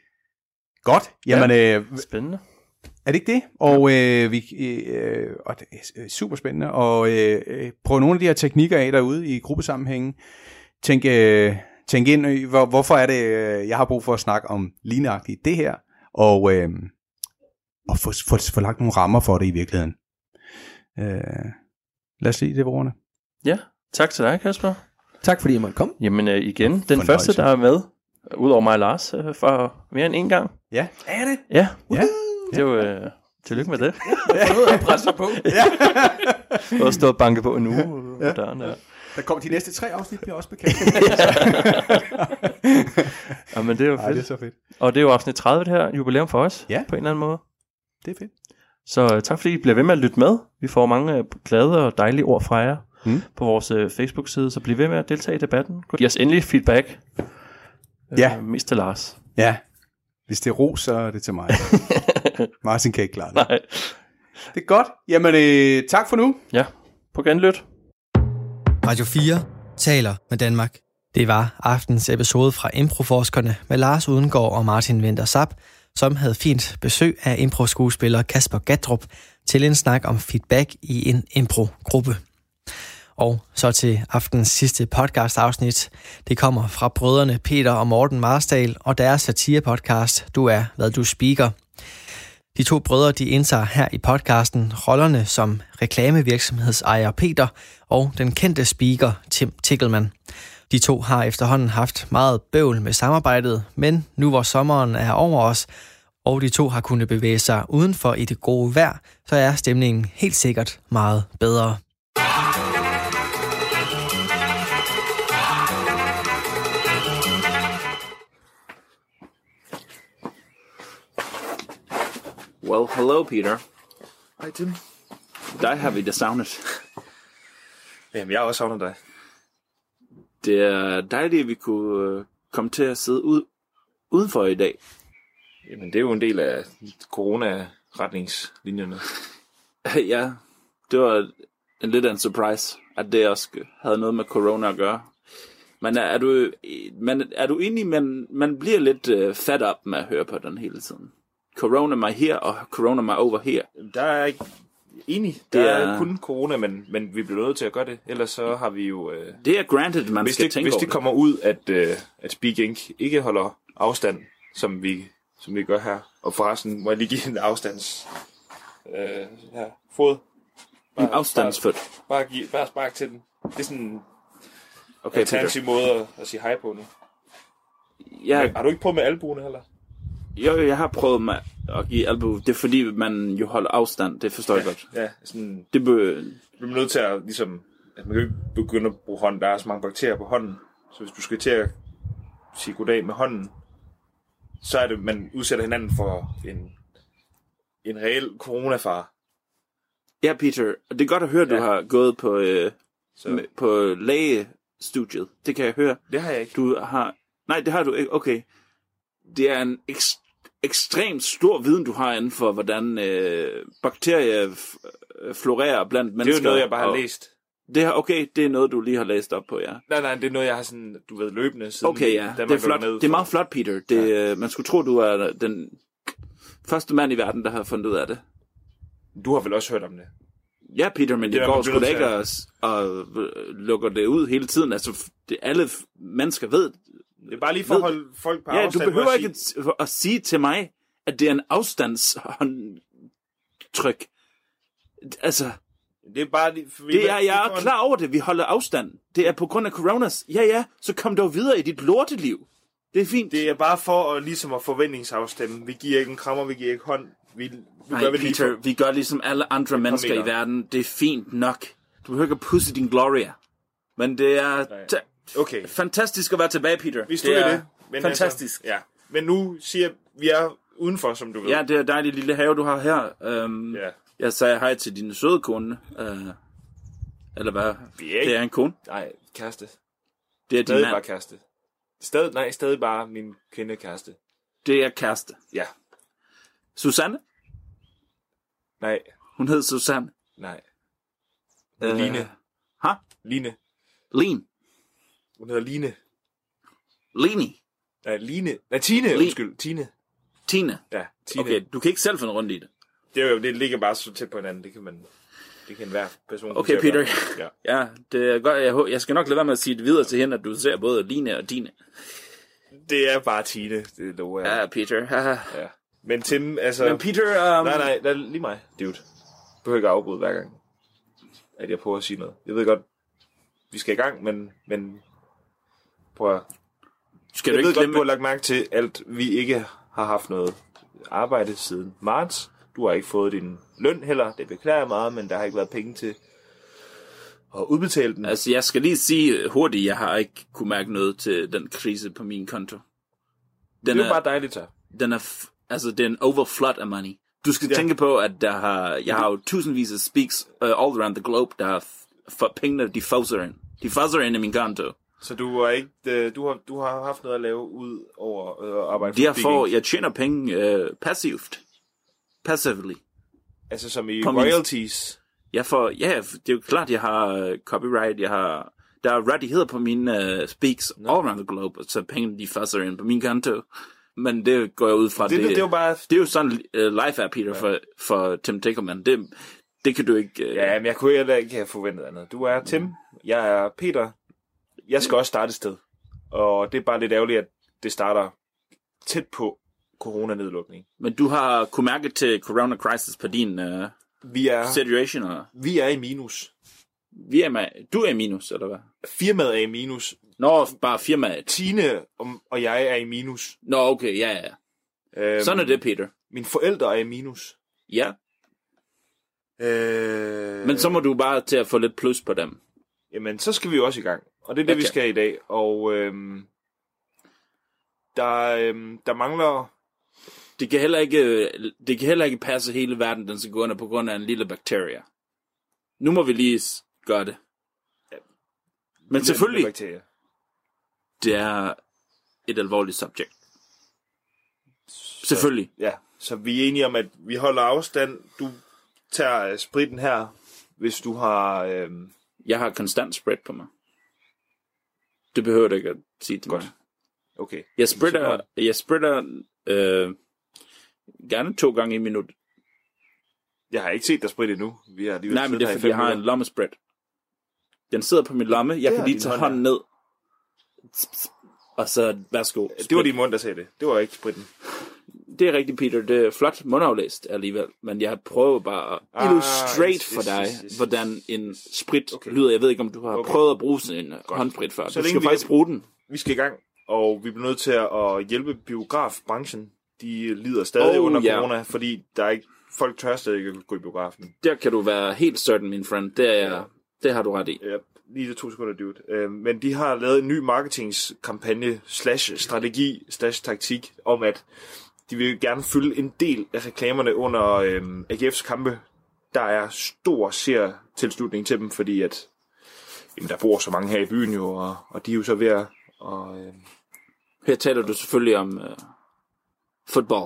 Godt, jamen... Ja, øh, spændende. Er det ikke det? Og, øh, vi, øh, og det er super spændende. Og øh, prøv nogle af de her teknikker af derude i gruppesammenhængen. Tænk, øh, tænk ind i, hvor, hvorfor er det, øh, jeg har brug for at snakke om ligneragtigt det her. Og, øh, og få, få, få lagt nogle rammer for det i virkeligheden. Øh, lad os se det på ordene. Ja, tak til dig, Kasper. Tak fordi I måtte komme. Jamen øh, igen, den Fornøjelse. første, der er med, udover mig og Lars, øh, for mere end en gang. Ja, er det? Ja. Ja. Det er jo, øh, tillykke med det. Ja, jeg presser på. Ja. Du har stået og banket på en uge ja. på døren. Ja. Der kommer de næste tre afsnit, bliver også bekendt. Ja, men det er jo fedt. Ej, det er så fedt. Og det er jo afsnit tredive, det her jubilæum for os, ja. på en eller anden måde. Det er fedt. Så tak fordi I bliver ved med at lytte med. Vi får mange glade og dejlige ord fra jer mm. på vores uh, Facebook-side, så bliv ved med at deltage i debatten. Giv os endelig feedback. Ja. Uh, mest til Lars. Ja. Hvis det er ros, så er det til mig. Martin kan ikke klare det. Nej. Det er godt. Jamen, øh, tak for nu. Ja, på genlyt. Radio fire taler med Danmark. Det var aftens episode fra Improforskerne med Lars Udengård og Martin Winther-Sapp, som havde fint besøg af impro-skuespiller Kasper Gattrup til en snak om feedback i en impro-gruppe. Og så til aftens sidste podcast-afsnit. Det kommer fra brødrene Peter og Morten Marsdal og deres satire-podcast Du er, hvad du speaker. De to brødre de indtager her i podcasten rollerne som reklamevirksomhedsejer Peter og den kendte speaker Tim Tickelmann. De to har efterhånden haft meget bøvl med samarbejdet, men nu hvor sommeren er over os, og de to har kunnet bevæge sig udenfor i det gode vejr, så er stemningen helt sikkert meget bedre. Well, hello, Peter. Hej, Tim. Dig har vi da savnet. Jamen, jeg har også savnet dig. Det er dejligt, at vi kunne uh, komme til at sidde ud, udenfor i dag. Jamen, det er jo en del af corona-retningslinjerne. Ja, det var en lidt af en surprise, at det også havde noget med corona at gøre. Men er, er, du, man, er du enig, man, man bliver lidt uh, fed up med at høre på den hele tiden? Corona mig her, og corona mig over her. Der er ikke enig. Der det er, er kun corona, men, men vi bliver nødt til at gøre det. Ellers så har vi jo... Øh, det er granted, man hvis skal det, tænke Hvis over det det. kommer ud, at, øh, at Speak Incorporated ikke holder afstand, som vi, som vi gør her. Og forresten må jeg lige give en afstands... Øh, her, fod. Bare, en afstandsfød. Bare, bare, give, bare spark til den. Det er sådan en okay, alternativ måde at, at sige hej på nu. Ja. Har du ikke prøvet med albuerne heller? Jo, jeg har prøvet med at give albu. Det er fordi, man jo holder afstand. Det forstår jeg ja, godt. Ja, sådan... Det bør... Du bliver nødt til at, ligesom... Altså, man kan jo ikke begynde at bruge hånden. Der er så mange bakterier på hånden. Så hvis du skal til at sige goddag med hånden, så er det, man udsætter hinanden for en, en reel coronafare. Ja, Peter. Det er godt at høre, at ja. du har gået på, øh, med, på lægestudiet. Det kan jeg høre. Det har jeg ikke. Du har... Nej, det har du ikke. Okay. Det er en ekst- ekstremt stor viden, du har inden for, hvordan øh, bakterier f- florerer blandt mennesker. Det er jo noget, jeg bare har læst. Det her, okay, det er noget, du lige har læst op på, ja. Nej, nej, det er noget, jeg har sådan, du ved, løbende siden. Okay, ja. Det er, flot. Det er meget flot, Peter. Det, ja. Man skulle tro, du er den første mand i verden, der har fundet ud af det. Du har vel også hørt om det? Ja, Peter, men det, det går sgu da ikke at, at lukke det ud hele tiden. Altså, det, alle mennesker ved... Det er bare lige for at holde folk på ja, afstand. Ja, du behøver ikke sige... at, at sige til mig, at det er en afstandstryk. Altså... Det er bare... Det er, jeg er klar over det, vi holder afstand. Det er på grund af coronas. Ja, ja, så kom dog videre i dit lorteliv. Det er fint. Det er bare for at, ligesom at forventningsafstemme. Vi giver ikke en krammer, vi giver ikke hånd. Vi, vi Nej, gør Peter, for... vi gør ligesom alle andre mennesker i verden. Det er fint nok. Du behøver ikke at pusse din gloria. Men det er... Okay. Fantastisk at være tilbage, Peter. Vi stod i det. Men fantastisk. Altså, ja. Men nu siger jeg, vi er udenfor, som du ved. Ja, det er dejligt lille have, du har her. Um, ja. Jeg sagde hej til din søde kone. Uh, eller hvad? Vi er ikke... Det er en kone? Nej, kæreste. Det er din stadig mand? bare kæreste. Stadig, nej, stadig bare min kvindekæreste. Det er kæreste? Ja. Susanne? Nej. Hun hed Susanne? Nej. Uh, Line. Hæ? Line. Line? Hun hedder Line. Lini? Nej, Line. Nej, Tine, Line. Undskyld. Tine. Tine? Ja, Tine. Okay, du kan ikke selv finde rundt i det. Det, er jo, det ligger bare så tæt på hinanden. Det kan man... Det kan enhver person... Okay, Peter. Ja. ja, det er godt. Jeg, jeg skal nok lade være med at sige det videre til hende, at du ser både Line og Tine. Det er bare Tine, det lover jeg. Ja, Peter. Ja. Men Tim, altså... Men Peter... Um... Nej, nej, lad lige mig, dude. Du behøver ikke afbryde hver gang, at jeg prøver at sige noget. Jeg ved godt, vi skal i gang, men... men prøv at... Skal jeg du ved ikke godt, glemme... du har lagt mærke til, at vi ikke har haft noget arbejde siden marts. Du har ikke fået din løn heller. Det beklager jeg meget, men der har ikke været penge til at udbetale den. Altså, jeg skal lige sige hurtigt, jeg har ikke kunne mærke noget til den krise på min konto. Den det er jo bare dejligt, så. Den er, f- altså, det er en overflood af money. Du skal ja. tænke på, at der har, jeg har jo tusindvis af speaks uh, all around the globe, der har f- for pengene, de fosser ind. De fosser ind i min konto. Så du har ikke, uh, du har, du har haft noget at lave ud over uh, arbejde for Derfor, jeg tjener penge uh, passivt. Passively. Altså som i på royalties? Min, jeg får, ja, det er jo klart, jeg har uh, copyright, jeg har, der er rettigheder på mine uh, speaks no. all around the globe, så pengene de fosser ind på min konto. Men det går jeg ud fra, det, det, det, det, er, jo bare... det er jo sådan uh, life er, Peter, ja. for, for Tim Tickelmann. Det, Det kan du ikke... Uh... Ja, men jeg kunne heller ikke have forventet andet. Du er Tim, jeg er Peter. Jeg skal også starte et sted. Og det er bare lidt ærgerligt, at det starter tæt på coronanedlukning. Men du har kunne mærke til corona crisis på din uh, vi er, situation, eller? Vi er i minus. Vi er med, du er i minus, eller hvad? Firmaet er i minus. Nå, bare firmaet. Tine og, og jeg er i minus. Nå, okay, ja, ja. Øhm, Sådan er det, Peter. Mine forældre er i minus. Ja. Øh... Men så må du bare til at få lidt plus på dem. Jamen, så skal vi jo også i gang. Og det er det, okay. vi skal i dag. Og øhm, der, øhm, der mangler... Det kan, heller ikke, det kan heller ikke passe hele verden, den skal gå under på grund af en lille bakterie. Nu må vi lige gøre det. Ja. Men selvfølgelig, det er et alvorligt subject. Selvfølgelig. Ja, så vi er enige om, at vi holder afstand. Du tager spritten her, hvis du har... Øhm... Jeg har konstant sprit på mig. Det behøver du ikke at sige til Godt. mig. Okay. Jeg spritter, jeg spritter øh, gerne to gange i minut. Jeg har ikke set dig spritte endnu. Vi har lige Nej, men det er fordi, jeg har en lommesprit. Den sidder på min lomme. Jeg det kan lige tage hånden ned. Og så, værsgo. Sprit. Det var din mund, der sagde det. Det var ikke spritten. Det er rigtigt, Peter. Det er flot mundaflæst alligevel. Men jeg prøver bare at ah, illustrate yes, for dig, yes, yes, yes. hvordan en sprit okay. lyder. Jeg ved ikke, om du har okay. prøvet at bruge sådan en Godt. håndsprit før. Så du skal faktisk bruge den. Vi skal i gang, og vi bliver nødt til at hjælpe biografbranchen. De lider stadig oh, under corona, yeah. fordi der er ikke, folk tør stadig ikke at gå i biografen. Der kan du være helt certain, min friend. Det, er, ja. det har du ret i. Ja, lige det to sekunder, dude. Uh, men de har lavet en ny marketingskampagne, slash strategi, slash taktik, om at de vil gerne fylde en del af reklamerne under øhm, A G F's kampe. Der er stor seertilslutning til dem, fordi at jamen, der bor så mange her i byen jo, og, og de er jo så ved at... Og, øhm... Her taler du selvfølgelig om øh, fodbold.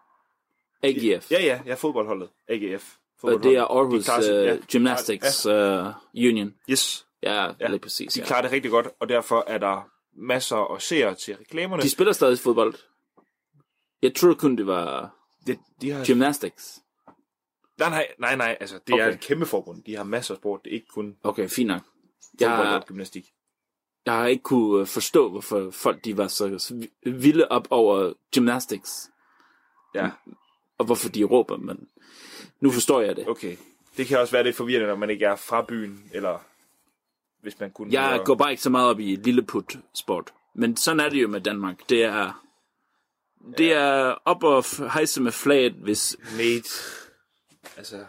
A G F. Ja, ja, ja, fodboldholdet. A G F. Og det er Aarhus de uh, ja. Gymnastics ja. Uh, Union. Yes. Ja, ja. lige præcis. De ja. klarer det rigtig godt, og derfor er der masser af seere til reklamerne. De spiller stadig fodbold. Jeg tror kun det var det, de har... gymnastics. Nej, nej, nej, nej. Altså, det okay. er et kæmpe forbund. De har masser af sport. Det er ikke kun okay, fint nok. fodbold og gymnastik. Jeg har ikke kunne forstå, hvorfor folk de var så vilde op over gymnastics. Ja. Og hvorfor de råber, men nu forstår jeg det. Okay. Det kan også være lidt forvirrende, når man ikke er fra byen, eller hvis man kunne... Jeg går bare ikke så meget op i lilleput-sport. Men sådan er det jo med Danmark. Det er... Det er op og hejse med flaget, hvis... Mate. Altså...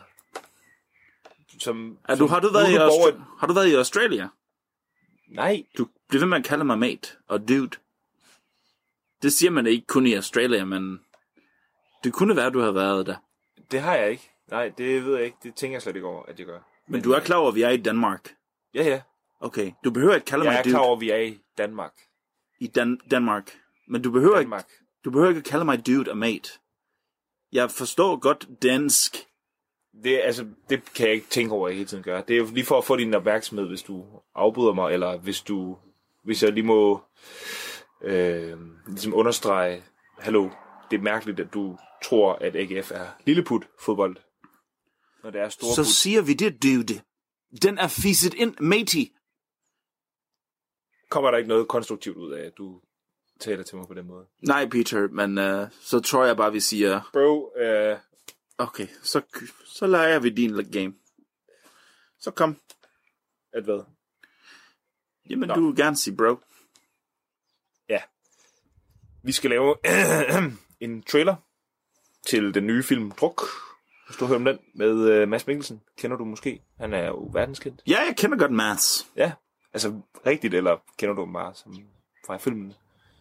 Som, er du, som har, du været i Austra- har du været i Australia? Nej. Du bliver ved med at kalde mig mate og dude. Det siger man ikke kun i Australia, men... Det kunne være, at du har været der. Det har jeg ikke. Nej, det ved jeg ikke. Det tænker jeg slet ikke over, at jeg gør. Men, men du er klar over, at vi er i Danmark? Ja, ja. Okay. Du behøver ikke kalde mig dude. Jeg er klar over, at vi er i Danmark. I Dan- Danmark. Men du behøver Danmark. ikke... Du behøver ikke at kalde mig dude og mate. Jeg forstår godt dansk. Det, altså, det kan jeg ikke tænke over, at jeg hele tiden gør. Det er jo lige for at få din opmærksomhed, hvis du afbryder mig, eller hvis du, hvis jeg lige må øh, ligesom understrege, hallo, det er mærkeligt, at du tror, at A G F er lilleput fodbold, når det er storput. Så siger vi det, dude. Den er fisset ind, matey. Kommer der ikke noget konstruktivt ud af, at du taler til mig på den måde? Nej, Peter, men uh, så tror jeg bare, vi siger... Bro, øh... Uh... Okay, så, så leger vi din game. Så kom. At hvad? Jamen, Nå. Du vil gerne sige bro. Ja. Vi skal lave en trailer til den nye film Druk. Hvis du har hørt om den, med uh, Mads Mikkelsen. Kender du måske? Han er jo verdenskendt. Ja, jeg kender godt Mads. Ja, altså rigtigt, eller kender du ham bare som fra filmen?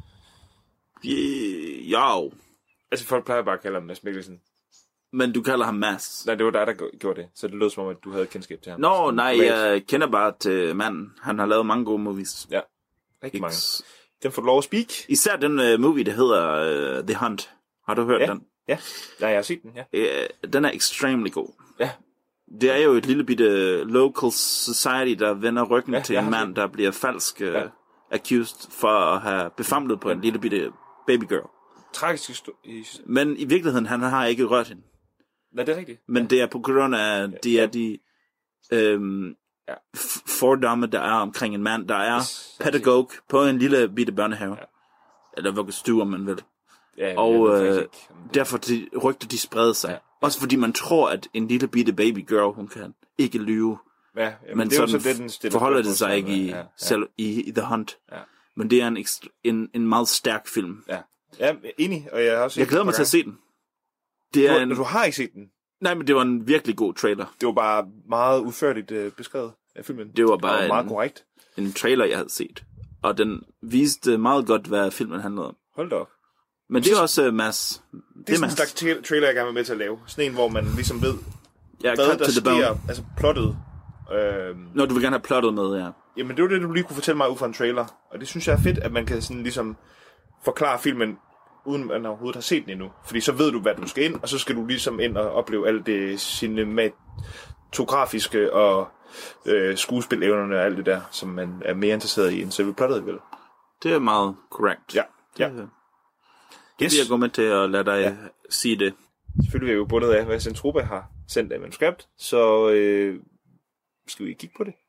Yeah, jo. Altså folk plejer bare at kalde ham Mads Mikkelsen. Men du kalder ham Mads. Nej, det var dig, der gjorde det. Så det lød som om, at du havde kendskab til ham. Nå, no, nej, jeg kender bare til manden. Han har lavet mange gode movies. Ja, rigtig mange. Den får du lov at speak. Især den uh, movie, der hedder uh, The Hunt. Har du hørt ja. den? Ja, ja, jeg har set den, ja. Uh, den er extremely god. Ja. Det er jo et lille bitte local society, der vender ryggen ja, til en mand, der bliver falsk uh, ja. accused for at have befamlet på ja. en lille bitte babygirl. Tragisk historie. Men i virkeligheden, han har ikke rørt hende. Nej, det er rigtigt. Men det er på grund af, det er de øhm, Ja. fordomme, der er omkring en mand, der er Yes, pædagog på en lille bitte børnehave. Ja. Eller vuggestue, om man vil. Ja, Og jeg ved øh, faktisk ikke, om det- derfor de rygter, de spreder sig. Ja. Også fordi man tror, at en lille bitte baby girl, hun kan ikke lyve. Ja, jamen, Men det er jo sådan så det, den stiller forholder det spørgsmål sig ikke i, ja, ja. selv i, i The Hunt. Ja. Men det er en, ekstra, en, en meget stærk film. Ja, ja enig, og jeg har også set Jeg glæder den mig et til par at se den. Det er gange. en, Du, du har ikke set den. nej, men det var en virkelig god trailer. Det var bare meget udførligt øh, beskrevet af filmen. Det var bare og meget en- korrekt. En trailer, jeg havde set. Og den viste meget godt, hvad filmen handlede om. Hold da op. Men det er også uh, Mads. Det er Det er sådan en Mads. slags tra- trailer, jeg gerne vil med til at lave. Sådan en, hvor man ligesom ved, Ja, hvad cut der to the bone. sker, altså plottet. Øhm, Når du vil gerne have plottet med, ja. jamen det var det, du lige kunne fortælle mig ud fra en trailer. Og det synes jeg er fedt, at man kan sådan ligesom forklare filmen, uden man overhovedet har set den endnu. Fordi så ved du, hvad du skal ind, og så skal du ligesom ind og opleve alt det cinematografiske og øh, skuespilevnerne og alt det der, som man er mere interesseret i end selve plottet, vel? Det er meget korrekt. Ja, ja. Det, det vil jeg gå med til at lade dig ja. sige det. Selvfølgelig er vi jo bundet af, hvad Centropa har sendt af manuskript, så øh, skal vi kigge på det?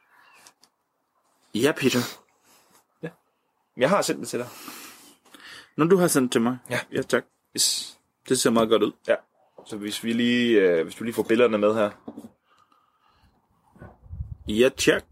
Ja, Peter. Jeg har sendt det til dig. Når du har sendt til mig. Ja. Ja, tak. Yes. Det ser meget godt ud. Ja, så hvis vi lige, øh, hvis du lige får billederne med her. Ja, check.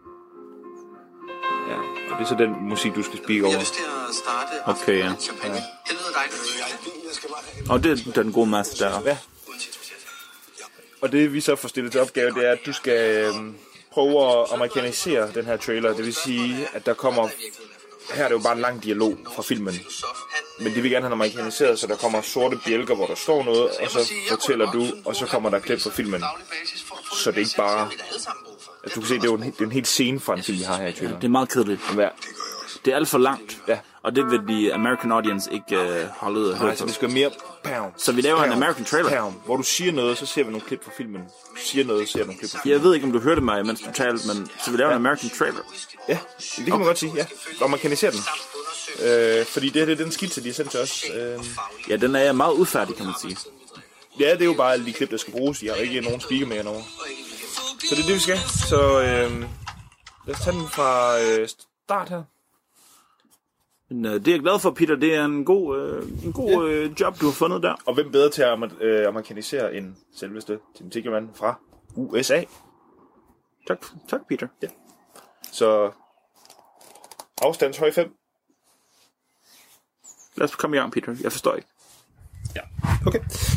Ja, og det er så den musik, du skal speak over. Jeg har lyst til at starte Okay, ja. champagne. Det lyder dejligt. Og det er den gode Mads der. Ja. Og det vi så får stillet til opgave, det er, at du skal øh, prøve at amerikanisere den her trailer. Det vil sige, at der kommer... Her er det jo bare en lang dialog fra filmen. Men det vil gerne have amerikaniseret, så der kommer sorte bjælker, hvor der står noget, og så fortæller du, og så kommer der klip fra filmen. Så det er ikke bare... Altså, du kan se, det er jo en, det er en helt scene fra en film, vi har her i traileren. Det er meget kedeligt. Ja. Det er alt for langt. Ja. Og det vil de American audience ikke uh, holde ud af. Nej, så det skal være mere pound. Så vi laver en American trailer. Pound. Hvor du siger noget, så ser vi nogle klip fra filmen. Du siger noget, så ser vi nogle klip fra filmen. Jeg ved ikke, om du hørte mig, mens du talte, men så vi laver ja. en American trailer. Ja, det kan man godt sige, ja. Og man kan den. Øh, fordi det her det er den skitse, de har sendt til os. Øh, Ja, den er meget udfærdig, kan man sige. ja, det er jo bare alle de klip, der skal bruges. Jeg har ikke nogen speaker med over. Så det er det, vi skal. Så øh, lad os tage den fra øh, start her. Men, uh, det er jeg glad for, Peter. Det er en god, uh, en god uh, job, du har fundet der. Og hvem bedre til at øh, amerikanisere end selveste Tim Tickerman fra U S A? Tak, tak Peter. Ja. Så afstandshøj fem. Lad os komme i gang, Peter. Jeg forstår ikke. Ja, okay.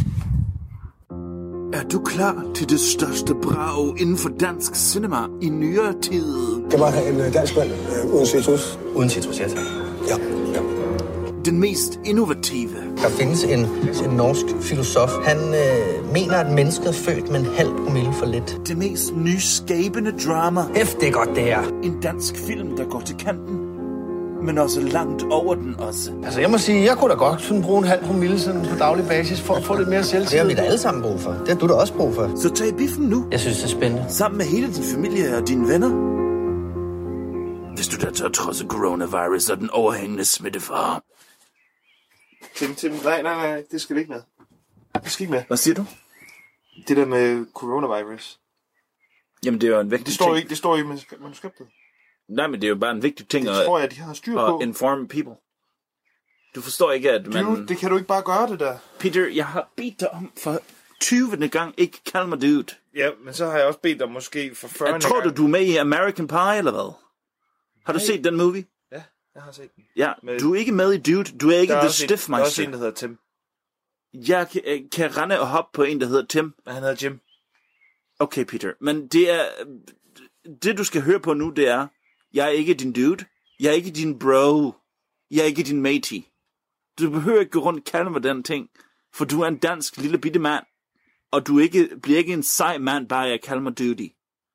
Er du klar til det største brag inden for dansk cinema i nyere tid? Jeg må have en øh, dansk mand øh, uden citrus. Uden citrus, ja tak. Ja, ja. Den mest innovative. Der findes en, en norsk filosof. Han øh, mener, at mennesket er født med en halv promille for lidt. Det mest nyskabende drama. Hæft, det er godt, det her. En dansk film, der går til kanten, men også langt over den også. Altså, jeg må sige, jeg kunne da godt sådan bruge en halv promille sådan på daglig basis for at få lidt mere Det selvtillid. har vi da alle sammen brug for. Det har du da også brug for. Så tag biffen nu, Jeg synes, det er spændende. sammen med hele din familie og dine venner. Hvis du da tør trodse coronavirus og den overhængende smittefare. Tim, Tim, nej, nej, nej, det skal vi ikke med. Det skal ikke med. Hvad siger du? Det der med coronavirus. Jamen, det er jo en vigtig Det står ting. ikke, det står i manuskriptet. Nej, men det er jo bare en vigtig ting Det at, tror jeg, de har styr på. at inform people. Du forstår ikke, at man... Dude, det kan du ikke bare gøre, det der. Peter, jeg har bedt dig om for tyvende gang, ikke kald mig dude. Ja, men så har jeg også bedt dig måske for fyrrende Jeg tror du, gang. du er med i American Pie, eller hvad? Har du Nej. set den movie? Ja, jeg har set den. Ja, Men- du er ikke med i Dude. Du er ikke Der er The også en- Der er også Stiffmeister. en, der hedder Tim. Jeg kan, øh, kan rende og hoppe på en, der hedder Tim. Men han hedder Jim. Okay, Peter. Men det er... Det, du skal høre på nu, det er... Jeg er ikke din dude. Jeg er ikke din bro. Jeg er ikke din matey. Du behøver ikke gå rundt og kalde mig den ting. For du er en dansk lille bitte mand. Og du ikke, bliver ikke en sej mand, bare jeg kalder mig duty.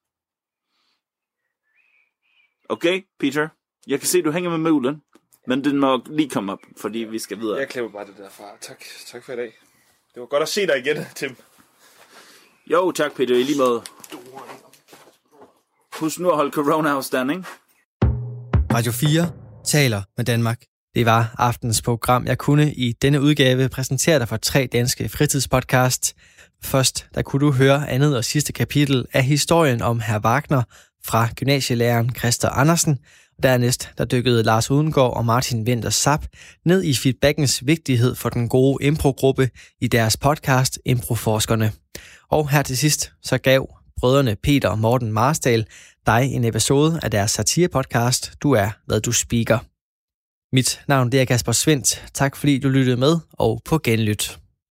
Okay, Peter? Jeg kan se, du hænger med mulen. Men den må lige komme op, fordi vi skal videre. Jeg klipper bare det der fra. Tak, tak for i dag. Det var godt at se dig igen, Tim. Jo, tak Peter, i lige måde. Husk nu at holde corona-afstand, ikke? Radio fire taler med Danmark. Det var aftens program. Jeg kunne i denne udgave præsentere dig for tre danske fritidspodcasts. Først der kunne du høre andet og sidste kapitel af historien om herr Wagner fra gymnasielæreren Christer Andersen. Dernæst der dykkede Lars Udengård og Martin Winther Sapp ned i feedbackens vigtighed for den gode improgruppe i deres podcast Improforskerne. Og her til sidst så gav brødrene Peter og Morten Marstal dig en episode af deres satirepodcast Du er, hvad du speaker. Mit navn det er Kasper Svendt. Tak fordi du lyttede med, og på genlyt.